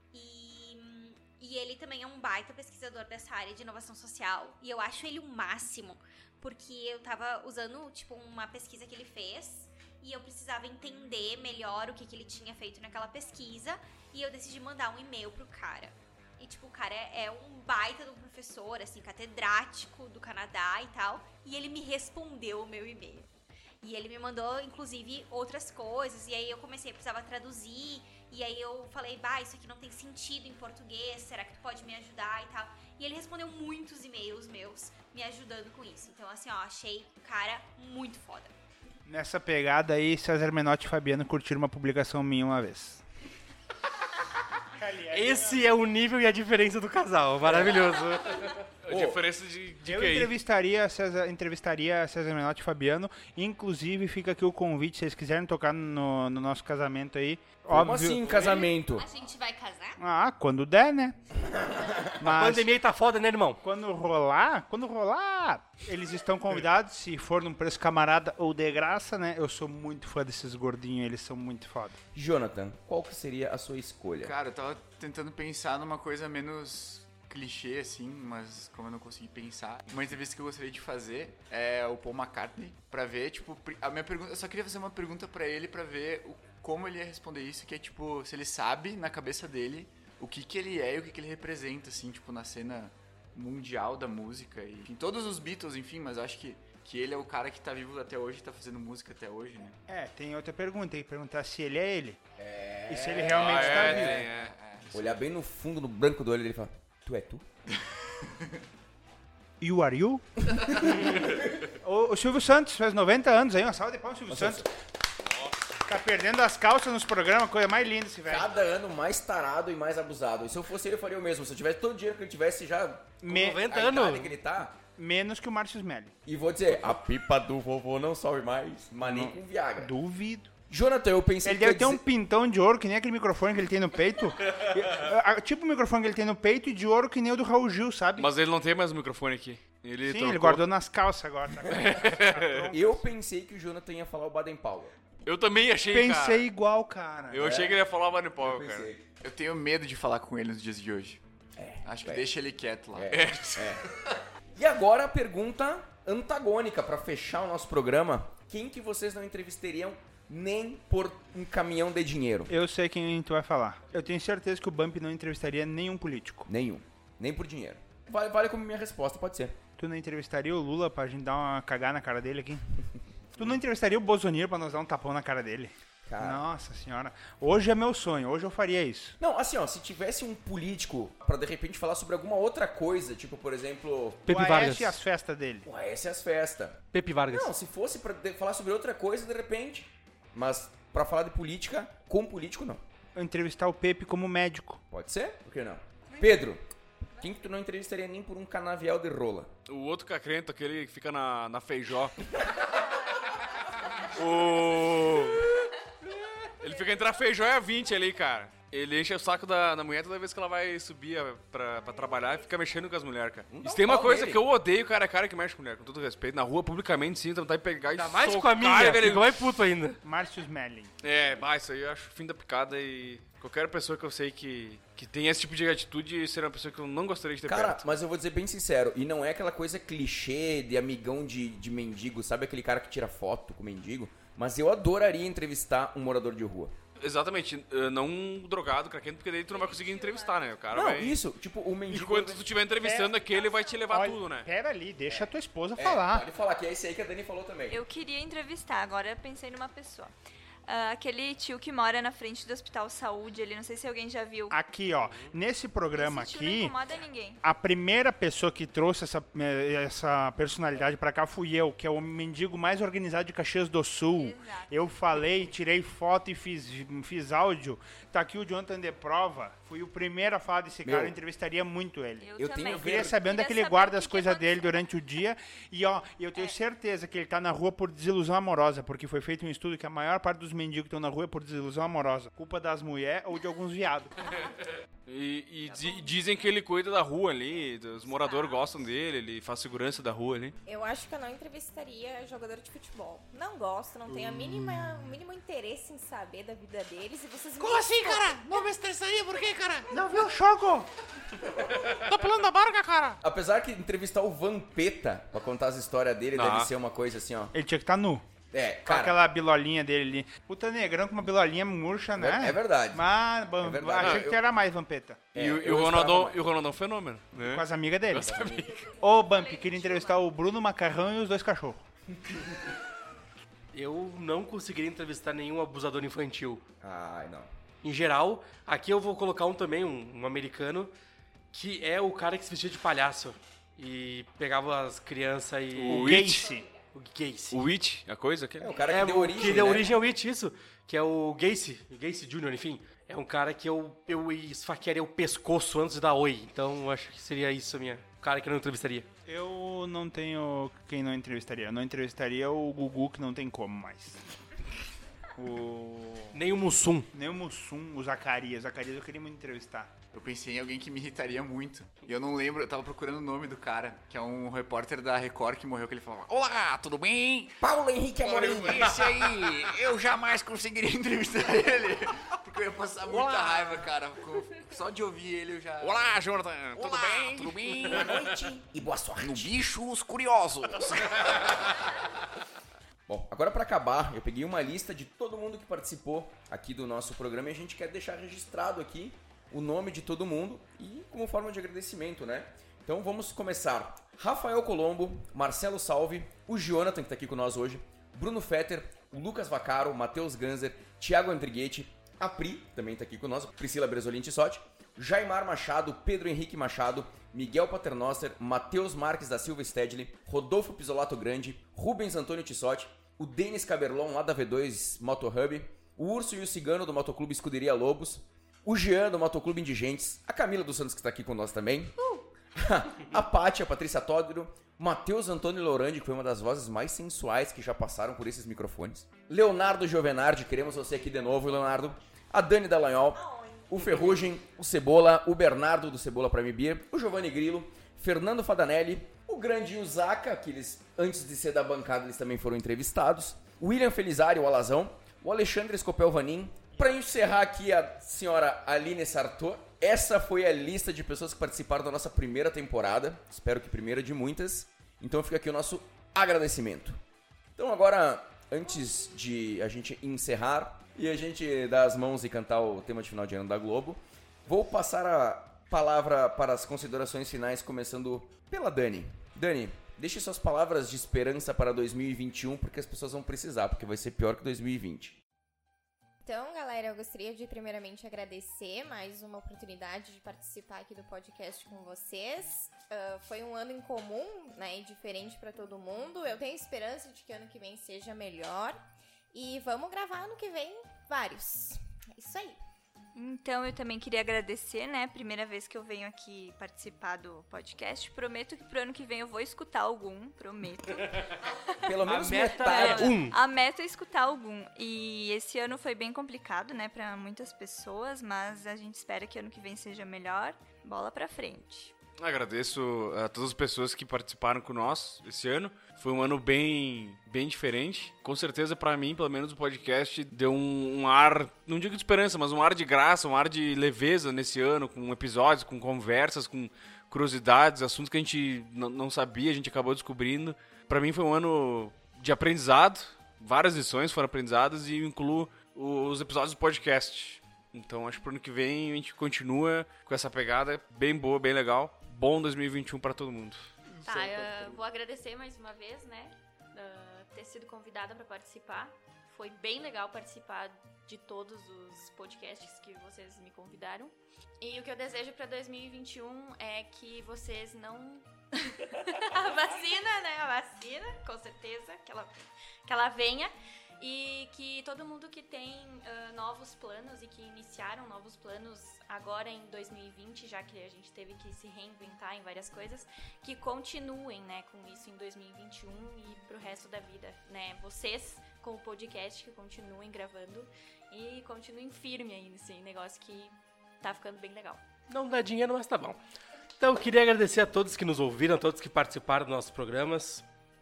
E ele também é um baita pesquisador dessa área de inovação social. E eu acho ele o máximo, porque eu tava usando, tipo, uma pesquisa que ele fez. E eu precisava entender melhor o que ele tinha feito naquela pesquisa. E eu decidi mandar um e-mail pro cara. E, tipo, o cara é um baita de um professor, assim, catedrático do Canadá e tal. E ele me respondeu o meu e-mail. E ele me mandou, inclusive, outras coisas. E aí eu precisava traduzir. E aí eu falei, isso aqui não tem sentido em português. Será que tu pode me ajudar e tal? E ele respondeu muitos e-mails meus me ajudando com isso. Então, assim, achei o cara muito foda. Nessa pegada aí, César Menotti e Fabiano curtiram uma publicação minha uma vez. Esse é o nível e a diferença do casal. Maravilhoso. A diferença de Eu QI. entrevistaria César Menotti e Fabiano. Inclusive, fica aqui o convite, se vocês quiserem tocar no nosso casamento aí. Como assim, casamento? A gente vai casar? Quando der, né? A Mas pandemia aí tá foda, né, irmão? quando rolar, eles estão convidados, se for num preço camarada ou de graça, né? Eu sou muito fã desses gordinhos, eles são muito foda. Jonathan, qual que seria a sua escolha? Cara, eu tava tentando pensar numa coisa menos clichê, assim, mas como eu não consegui pensar, uma entrevista que eu gostaria de fazer é o Paul McCartney, pra ver, tipo, a minha pergunta, eu só queria fazer uma pergunta pra ele pra ver como ele ia responder isso, que é, tipo, se ele sabe, na cabeça dele, o que ele é e o que ele representa, assim, tipo, na cena mundial da música e em todos os Beatles, enfim, mas eu acho que ele é o cara que tá vivo até hoje, tá fazendo música até hoje, né? Tem outra pergunta, tem que perguntar se ele é ele. E se ele realmente está vivo. Olhar bem no fundo, no branco do olho dele e falar, tu é tu? You are you? o Silvio Santos faz 90 anos aí, uma salva de palmas, Silvio Santos. Tá perdendo as calças nos programas, coisa mais linda esse velho. Cada ano mais tarado e mais abusado. E se eu fosse ele, eu faria o mesmo. Se eu tivesse todo o dinheiro que ele tivesse já com 90 a anos. idade que ele tá. Menos que o Márcio Smelly. E vou dizer, a pipa do vovô não sobe mais, mas nem com Viagra. Duvido. Jonathan, eu pensei Ele que deve ter ia um pintão de ouro, que nem aquele microfone que ele tem no peito. Tipo o microfone que ele tem no peito e de ouro que nem o do Raul Gil, sabe? Mas ele não tem mais o microfone aqui. Ele Sim, trocou. ele guardou nas calças agora. Tá? Eu pensei que o Jonathan ia falar o Baden Powell. Eu também achei, cara. Pensei igual, cara. Eu achei que ele ia falar o Baden Powell, cara. Pensei. Eu tenho medo de falar com ele nos dias de hoje. Acho que deixa ele quieto lá. E agora a pergunta antagônica pra fechar o nosso programa. Quem que vocês não entrevistariam nem por um caminhão de dinheiro? Eu sei quem tu vai falar. Eu tenho certeza que o Bump não entrevistaria nenhum político. Nenhum. Nem por dinheiro. Vale como minha resposta, pode ser. Tu não entrevistaria o Lula pra gente dar uma cagada na cara dele aqui? Tu não entrevistaria o Bolsonaro pra nós dar um tapão na cara dele? Cara. Nossa senhora. Hoje é meu sonho, hoje eu faria isso. Não, assim, ó, se tivesse um político pra de repente falar sobre alguma outra coisa, tipo, por exemplo, Pepe o Vargas. Aécio e as festas dele. o Aécio e as festas. Pepe Vargas. Não, se fosse pra falar sobre outra coisa, de repente. Mas pra falar de política, com político, não. Eu entrevistar o Pepe como médico. Pode ser? Por que não? Pedro, quem que tu não entrevistaria nem por um canavial de rola? O outro cacrento, aquele que fica na Feijó. Ele fica entre a Feijó e a 20 ali, cara. Ele enche o saco da mulher toda vez que ela vai subir pra trabalhar e fica mexendo com as mulheres, cara. Dá Isso um tem uma pau coisa nele. que eu odeio, cara que mexe com mulher, com todo respeito. Na rua, publicamente, sim, tentar pegar e Ainda mais com socar a minha, aquele- fica mais puto ainda. Márcio Smelling. Isso aí eu acho fim da picada e qualquer pessoa que eu sei que tem esse tipo de atitude seria uma pessoa que eu não gostaria de ter Cara, perto. mas eu vou dizer bem sincero, e não é aquela coisa clichê de amigão de mendigo, sabe aquele cara que tira foto com mendigo? Mas eu adoraria entrevistar um morador de rua. Exatamente, não um drogado, craquento, porque daí tu não vai conseguir entrevistar, né? O cara Não, vai... isso, tipo, o mendigo... Enquanto tu estiver entrevistando aquele, vai te levar Olha, tudo, né? Pera ali, deixa a tua esposa É, falar. Pode falar, que é esse aí que a Dani falou também. Eu queria entrevistar, agora eu pensei numa pessoa. Aquele tio que mora na frente do Hospital Saúde ali, não sei se alguém já viu. Aqui, ó, nesse programa Esse tio não aqui, incomoda ninguém. a primeira pessoa que trouxe essa personalidade pra cá fui eu, que é o mendigo mais organizado de Caxias do Sul. Exato. Eu falei, tirei foto e fiz áudio. Tá aqui o Jonathan de prova. Fui o primeiro a falar desse cara, eu entrevistaria muito ele. Eu também. tenho Eu queria saber onde é que ele saber guarda o as que coisas que dele aconteceu. durante o dia. E ó, eu tenho certeza que ele tá na rua por desilusão amorosa, porque foi feito um estudo que a maior parte dos mendigos que estão na rua é por desilusão amorosa. Culpa das mulheres ou de alguns viados. Dizem que ele cuida da rua ali, os moradores gostam dele, ele faz segurança da rua ali. Eu acho que eu não entrevistaria jogador de futebol. Não gosto, não tenho o mínimo interesse em saber da vida deles. E vocês Como assim, cara? Não me estressaria, por quê, cara? Não viu o jogo? Tô pulando da barca, cara. Apesar que entrevistar o Vampeta pra contar as histórias dele deve ser uma coisa assim, ó. Ele tinha que estar nu. É, Com cara, aquela bilolinha dele ali. Puta negrão com uma bilolinha murcha, né? é verdade. Mas É verdade. achei Não, que era mais Vampeta. E eu o esperava Ronaldão mais. é um fenômeno, né? Com as amigas dele. Ô, Bump, queria entrevistar o Bruno Macarrão e os dois cachorros. Eu não conseguiria entrevistar nenhum abusador infantil. Ai, não. Em geral, aqui eu vou colocar um americano, que é o cara que se vestia de palhaço. E pegava as crianças e... O Gacy. O Gacy. O Witch, a coisa? É o cara que deu o origem, que deu né? origem ao It, isso. Que é o Gacy Jr., enfim. É um cara que eu esfaquearia o pescoço antes de dar oi. Então, eu acho que seria isso, o cara que eu não entrevistaria. Eu não tenho quem não entrevistaria. Eu não entrevistaria o Gugu, que não tem como mais. Nem o Mussum. Nem o Mussum, o Zacarias. Zacarias eu queria muito entrevistar. Eu pensei em alguém que me irritaria muito. E eu não lembro, eu tava procurando o nome do cara, que é um repórter da Record que morreu, que ele falava: Olá, tudo bem? Paulo Henrique Amorim. Esse aí, eu jamais conseguiria entrevistar ele. Porque eu ia passar muita raiva, cara. Só de ouvir ele eu já... Olá, Jonathan, tudo bem? Tudo bem? Boa noite e boa sorte. No Bichos Curiosos. Bom, agora para acabar, eu peguei uma lista de todo mundo que participou aqui do nosso programa e a gente quer deixar registrado aqui o nome de todo mundo e como forma de agradecimento, né? Então vamos começar. Rafael Colombo, Marcelo Salve, o Jonathan, que tá aqui com nós hoje, Bruno Fetter, o Lucas Vaccaro, Matheus Ganzer, Thiago Andriguetti, a Pri, também tá aqui com nós, Priscila Bresolin Tissotti, Jaimar Machado, Pedro Henrique Machado, Miguel Paternoster, Matheus Marques da Silva Stedley, Rodolfo Pisolato Grande, Rubens Antônio Tissotti, o Denis Caberlon lá da V2 Motorhub, o Urso e o Cigano do Motoclube Escuderia Lobos, o Jean do Motoclube Indigentes, a Camila dos Santos que está aqui com nós também, a Paty, a Patrícia Tódero, Matheus Antônio Lorandi, que foi uma das vozes mais sensuais que já passaram por esses microfones, Leonardo Giovenardi, queremos você aqui de novo, Leonardo, a Dani Dallagnol, o Ferrugem, o Cebola, o Bernardo do Cebola Prime Beer, o Giovanni Grillo, Fernando Fadanelli, o grande Uzaka, que eles, antes de ser da bancada, eles também foram entrevistados, o William Felizari, o Alazão, o Alexandre Scopel Vanin. Para encerrar aqui, a senhora Aline Sartor. Essa foi a lista de pessoas que participaram da nossa primeira temporada. Espero que primeira de muitas. Então fica aqui o nosso agradecimento. Então agora, antes de a gente encerrar e a gente dar as mãos e cantar o tema de final de ano da Globo, vou passar a palavra para as considerações finais, começando pela Dani. Dani, deixe suas palavras de esperança para 2021, porque as pessoas vão precisar, porque vai ser pior que 2020. Então, galera, eu gostaria de primeiramente agradecer mais uma oportunidade de participar aqui do podcast com vocês. Foi um ano incomum, né, e diferente para todo mundo. Eu tenho esperança de que ano que vem seja melhor. E vamos gravar ano que vem vários. É isso aí. Então, eu também queria agradecer, né? Primeira vez que eu venho aqui participar do podcast. Prometo que pro ano que vem eu vou escutar algum, prometo. Pelo menos A meta metade. A meta é escutar algum. E esse ano foi bem complicado, né? Pra muitas pessoas, mas a gente espera que ano que vem seja melhor. Bola pra frente. Agradeço a todas as pessoas que participaram com nós esse ano. Foi um ano bem diferente. Com certeza, pra mim, pelo menos, o podcast deu um ar, não digo de esperança, mas um ar de graça, um ar de leveza nesse ano, com episódios, com conversas, com curiosidades, assuntos que a gente não sabia, a gente acabou descobrindo. Pra mim foi um ano de aprendizado, várias lições foram aprendizadas e eu incluo os episódios do podcast. Então acho que pro ano que vem a gente continua com essa pegada bem boa, bem legal. Bom 2021 pra todo mundo. Tá, eu vou agradecer mais uma vez, né, ter sido convidada para participar. Foi bem legal participar de todos os podcasts que vocês me convidaram. E o que eu desejo para 2021 é que vocês não... a vacina, né, a vacina, com certeza, que ela venha. E que todo mundo que tem novos planos e que iniciaram novos planos agora em 2020, já que a gente teve que se reinventar em várias coisas, que continuem, né, com isso em 2021 e pro resto da vida, né? Vocês, com o podcast, que continuem gravando e continuem firme aí nesse negócio que tá ficando bem legal. Não dá dinheiro, mas tá bom. Então, eu queria agradecer a todos que nos ouviram, a todos que participaram dos nossos programas.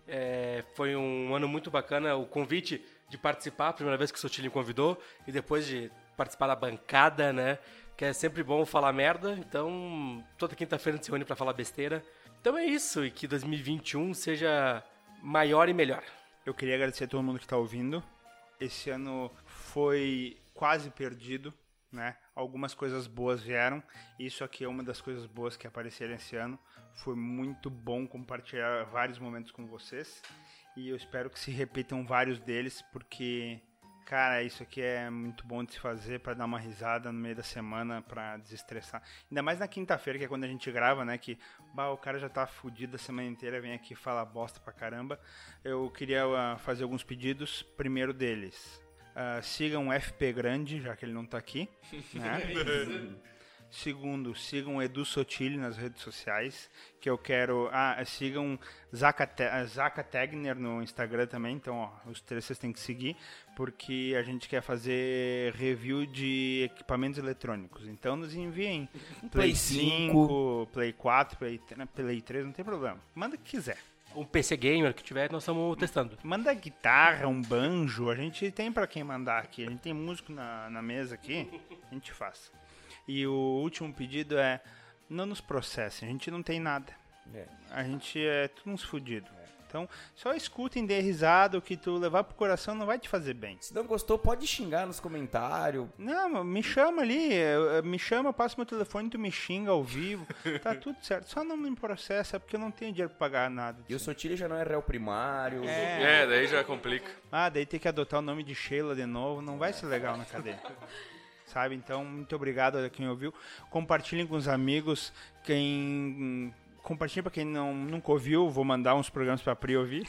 Foi um ano muito bacana. O convite de participar, a primeira vez que o Sotile me convidou, e depois de participar da bancada, né? Que é sempre bom falar merda. Então, toda quinta-feira a gente se reúne pra falar besteira. Então é isso, e que 2021 seja maior e melhor. Eu queria agradecer a todo mundo que tá ouvindo. Esse ano foi quase perdido, né? Algumas coisas boas vieram. Isso aqui é uma das coisas boas que apareceram esse ano. Foi muito bom compartilhar vários momentos com vocês. E eu espero que se repitam vários deles, porque, cara, isso aqui é muito bom de se fazer pra dar uma risada no meio da semana, pra desestressar. Ainda mais na quinta-feira, que é quando a gente grava, né? Que o cara já tá fudido a semana inteira, vem aqui e fala bosta pra caramba. Eu queria fazer alguns pedidos. Primeiro deles, sigam o FP Grande, já que ele não tá aqui, né? Segundo, sigam o Edu Sotile nas redes sociais, que eu quero... sigam Zaca Tegner no Instagram também, então, ó, os três vocês têm que seguir, porque a gente quer fazer review de equipamentos eletrônicos. Então, nos enviem Play 5, Play 4, Play 3, não tem problema. Manda o que quiser. Um PC gamer que tiver, nós estamos testando. Manda guitarra, um banjo, a gente tem pra quem mandar aqui. A gente tem músico na mesa aqui, a gente faz. E o último pedido é, não nos processem, a gente não tem nada. A gente é tudo uns fudidos. Então, só escutem, dê risada, o que tu levar pro coração não vai te fazer bem. Se não gostou, pode xingar nos comentários. Não, me chama ali, passa meu telefone, tu me xinga ao vivo, tá tudo certo. Só não me processa, porque eu não tenho dinheiro pra pagar nada. E o Sotile já não é réu primário. Daí já complica. Daí tem que adotar o nome de Sheila de novo, não vai ser legal na cadeia. Sabe? Então, muito obrigado a quem ouviu. Compartilhem com os amigos, compartilha pra quem nunca ouviu, vou mandar uns programas pra Pri ouvir.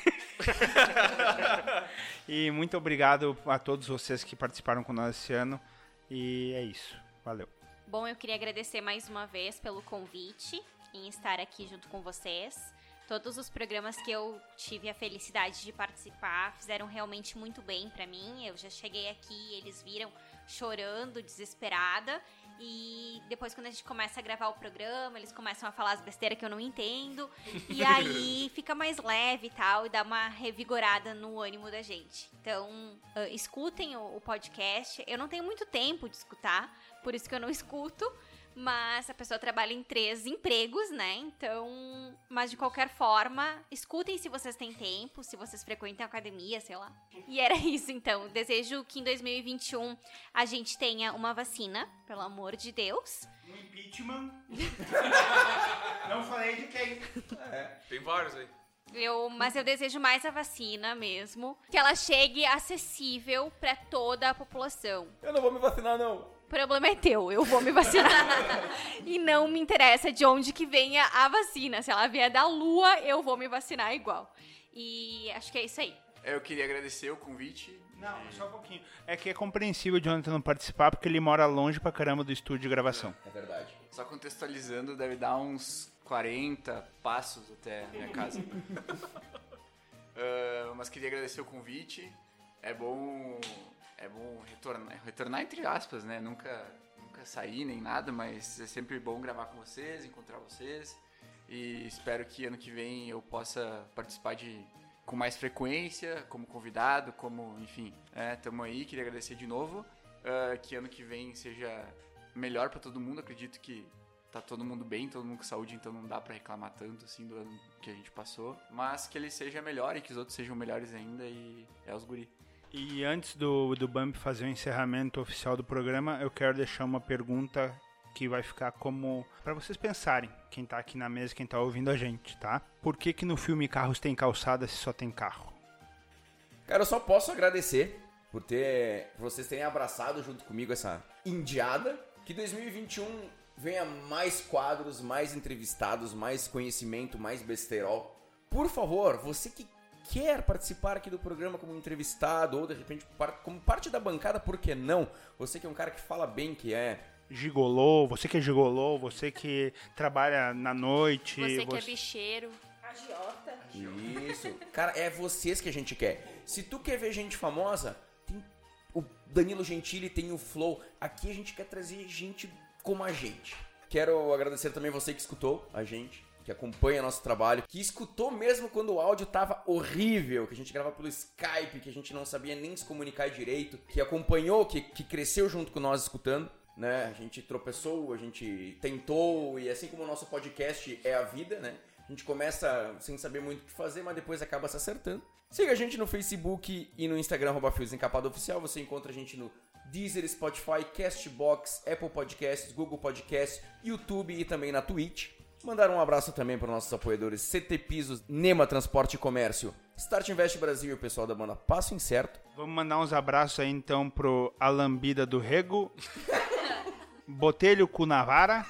E muito obrigado a todos vocês que participaram com nós esse ano. E é isso. Valeu. Bom, eu queria agradecer mais uma vez pelo convite em estar aqui junto com vocês. Todos os programas que eu tive a felicidade de participar fizeram realmente muito bem pra mim. Eu já cheguei aqui e eles viram chorando, desesperada. E depois, quando a gente começa a gravar o programa, eles começam a falar as besteiras que eu não entendo. E aí fica mais leve e tal, e dá uma revigorada no ânimo da gente. Então, escutem o podcast. Eu não tenho muito tempo de escutar, por isso que eu não escuto. Mas a pessoa trabalha em 3 empregos, né? Então, mas de qualquer forma, escutem se vocês têm tempo, se vocês frequentam a academia, sei lá. E era isso, então. Desejo que em 2021 a gente tenha uma vacina, pelo amor de Deus. Um impeachment. Não falei de quem. Tem vários aí. Mas eu desejo mais a vacina mesmo. Que ela chegue acessível pra toda a população. Eu não vou me vacinar, não. O problema é teu, eu vou me vacinar. E não me interessa de onde que venha a vacina. Se ela vier da Lua, eu vou me vacinar igual. E acho que é isso aí. Eu queria agradecer o convite. Não, só um pouquinho. É que é compreensível o Jonathan não participar, porque ele mora longe pra caramba do estúdio de gravação. É verdade. Só contextualizando, deve dar uns 40 passos até a minha casa. Mas queria agradecer o convite. É bom retornar entre aspas, né? Nunca sair nem nada, mas é sempre bom gravar com vocês, encontrar vocês. E espero que ano que vem eu possa participar com mais frequência, como convidado, enfim. Tamo aí, queria agradecer de novo. Que ano que vem seja melhor pra todo mundo. Acredito que tá todo mundo bem, todo mundo com saúde, então não dá pra reclamar tanto assim do ano que a gente passou. Mas que ele seja melhor e que os outros sejam melhores ainda, e é os guri. E antes do Bump fazer o encerramento oficial do programa, eu quero deixar uma pergunta que vai ficar como... pra vocês pensarem, quem tá aqui na mesa, quem tá ouvindo a gente, tá? Por que no filme Carros tem calçada se só tem carro? Cara, eu só posso agradecer por vocês terem abraçado junto comigo essa indiada. Que 2021 venha mais quadros, mais entrevistados, mais conhecimento, mais besterol. Por favor, você que quer participar aqui do programa como entrevistado ou de repente como parte da bancada, por que não? Você que é um cara que fala bem, que é gigolô, você que é gigolô, você que trabalha na noite, você que é bicheiro, agiota. Isso. Cara, é vocês que a gente quer. Se tu quer ver gente famosa, tem o Danilo Gentili, tem o Flow. Aqui a gente quer trazer gente como a gente. Quero agradecer também você que escutou a gente, que acompanha nosso trabalho, que escutou mesmo quando o áudio tava horrível, que a gente grava pelo Skype, que a gente não sabia nem se comunicar direito, que acompanhou, que cresceu junto com nós escutando, né? A gente tropeçou, a gente tentou, e assim como o nosso podcast é a vida, né? A gente começa sem saber muito o que fazer, mas depois acaba se acertando. Siga a gente no Facebook e no Instagram, @FiosEncapadoOficial. Você encontra a gente no Deezer, Spotify, Castbox, Apple Podcasts, Google Podcasts, YouTube e também na Twitch. Mandar um abraço também para nossos apoiadores CT Pisos, Nema Transporte e Comércio, Start Invest Brasil e o pessoal da banda Passo Incerto. Vamos mandar uns abraços aí então pro Alambida do Rego, Botelho Cunavara,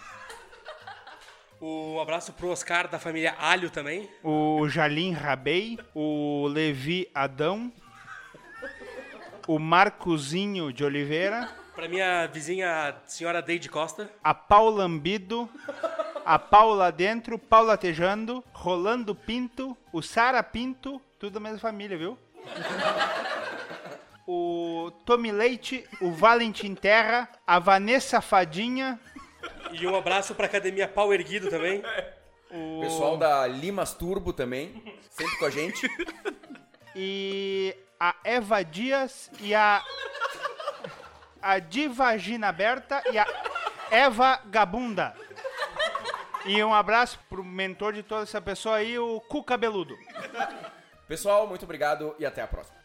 Um abraço pro Oscar da família Alho também, o Jalim Rabei, o Levi Adão, o Marcozinho de Oliveira Pra minha vizinha, senhora Deide Costa. A Pau Lambido, a Paula Dentro, Paula Latejando, Rolando Pinto, o Sara Pinto, tudo da mesma família, viu? O Tommy Leite, o Valentim Terra, a Vanessa Fadinha. E um abraço pra Academia Pau Erguido também. O pessoal da Limas Turbo também, sempre com a gente. E a Eva Dias e a Divagina Aberta e a Eva Gabunda. E um abraço pro mentor de toda essa pessoa aí, o Cu Cabeludo. Pessoal, muito obrigado e até a próxima.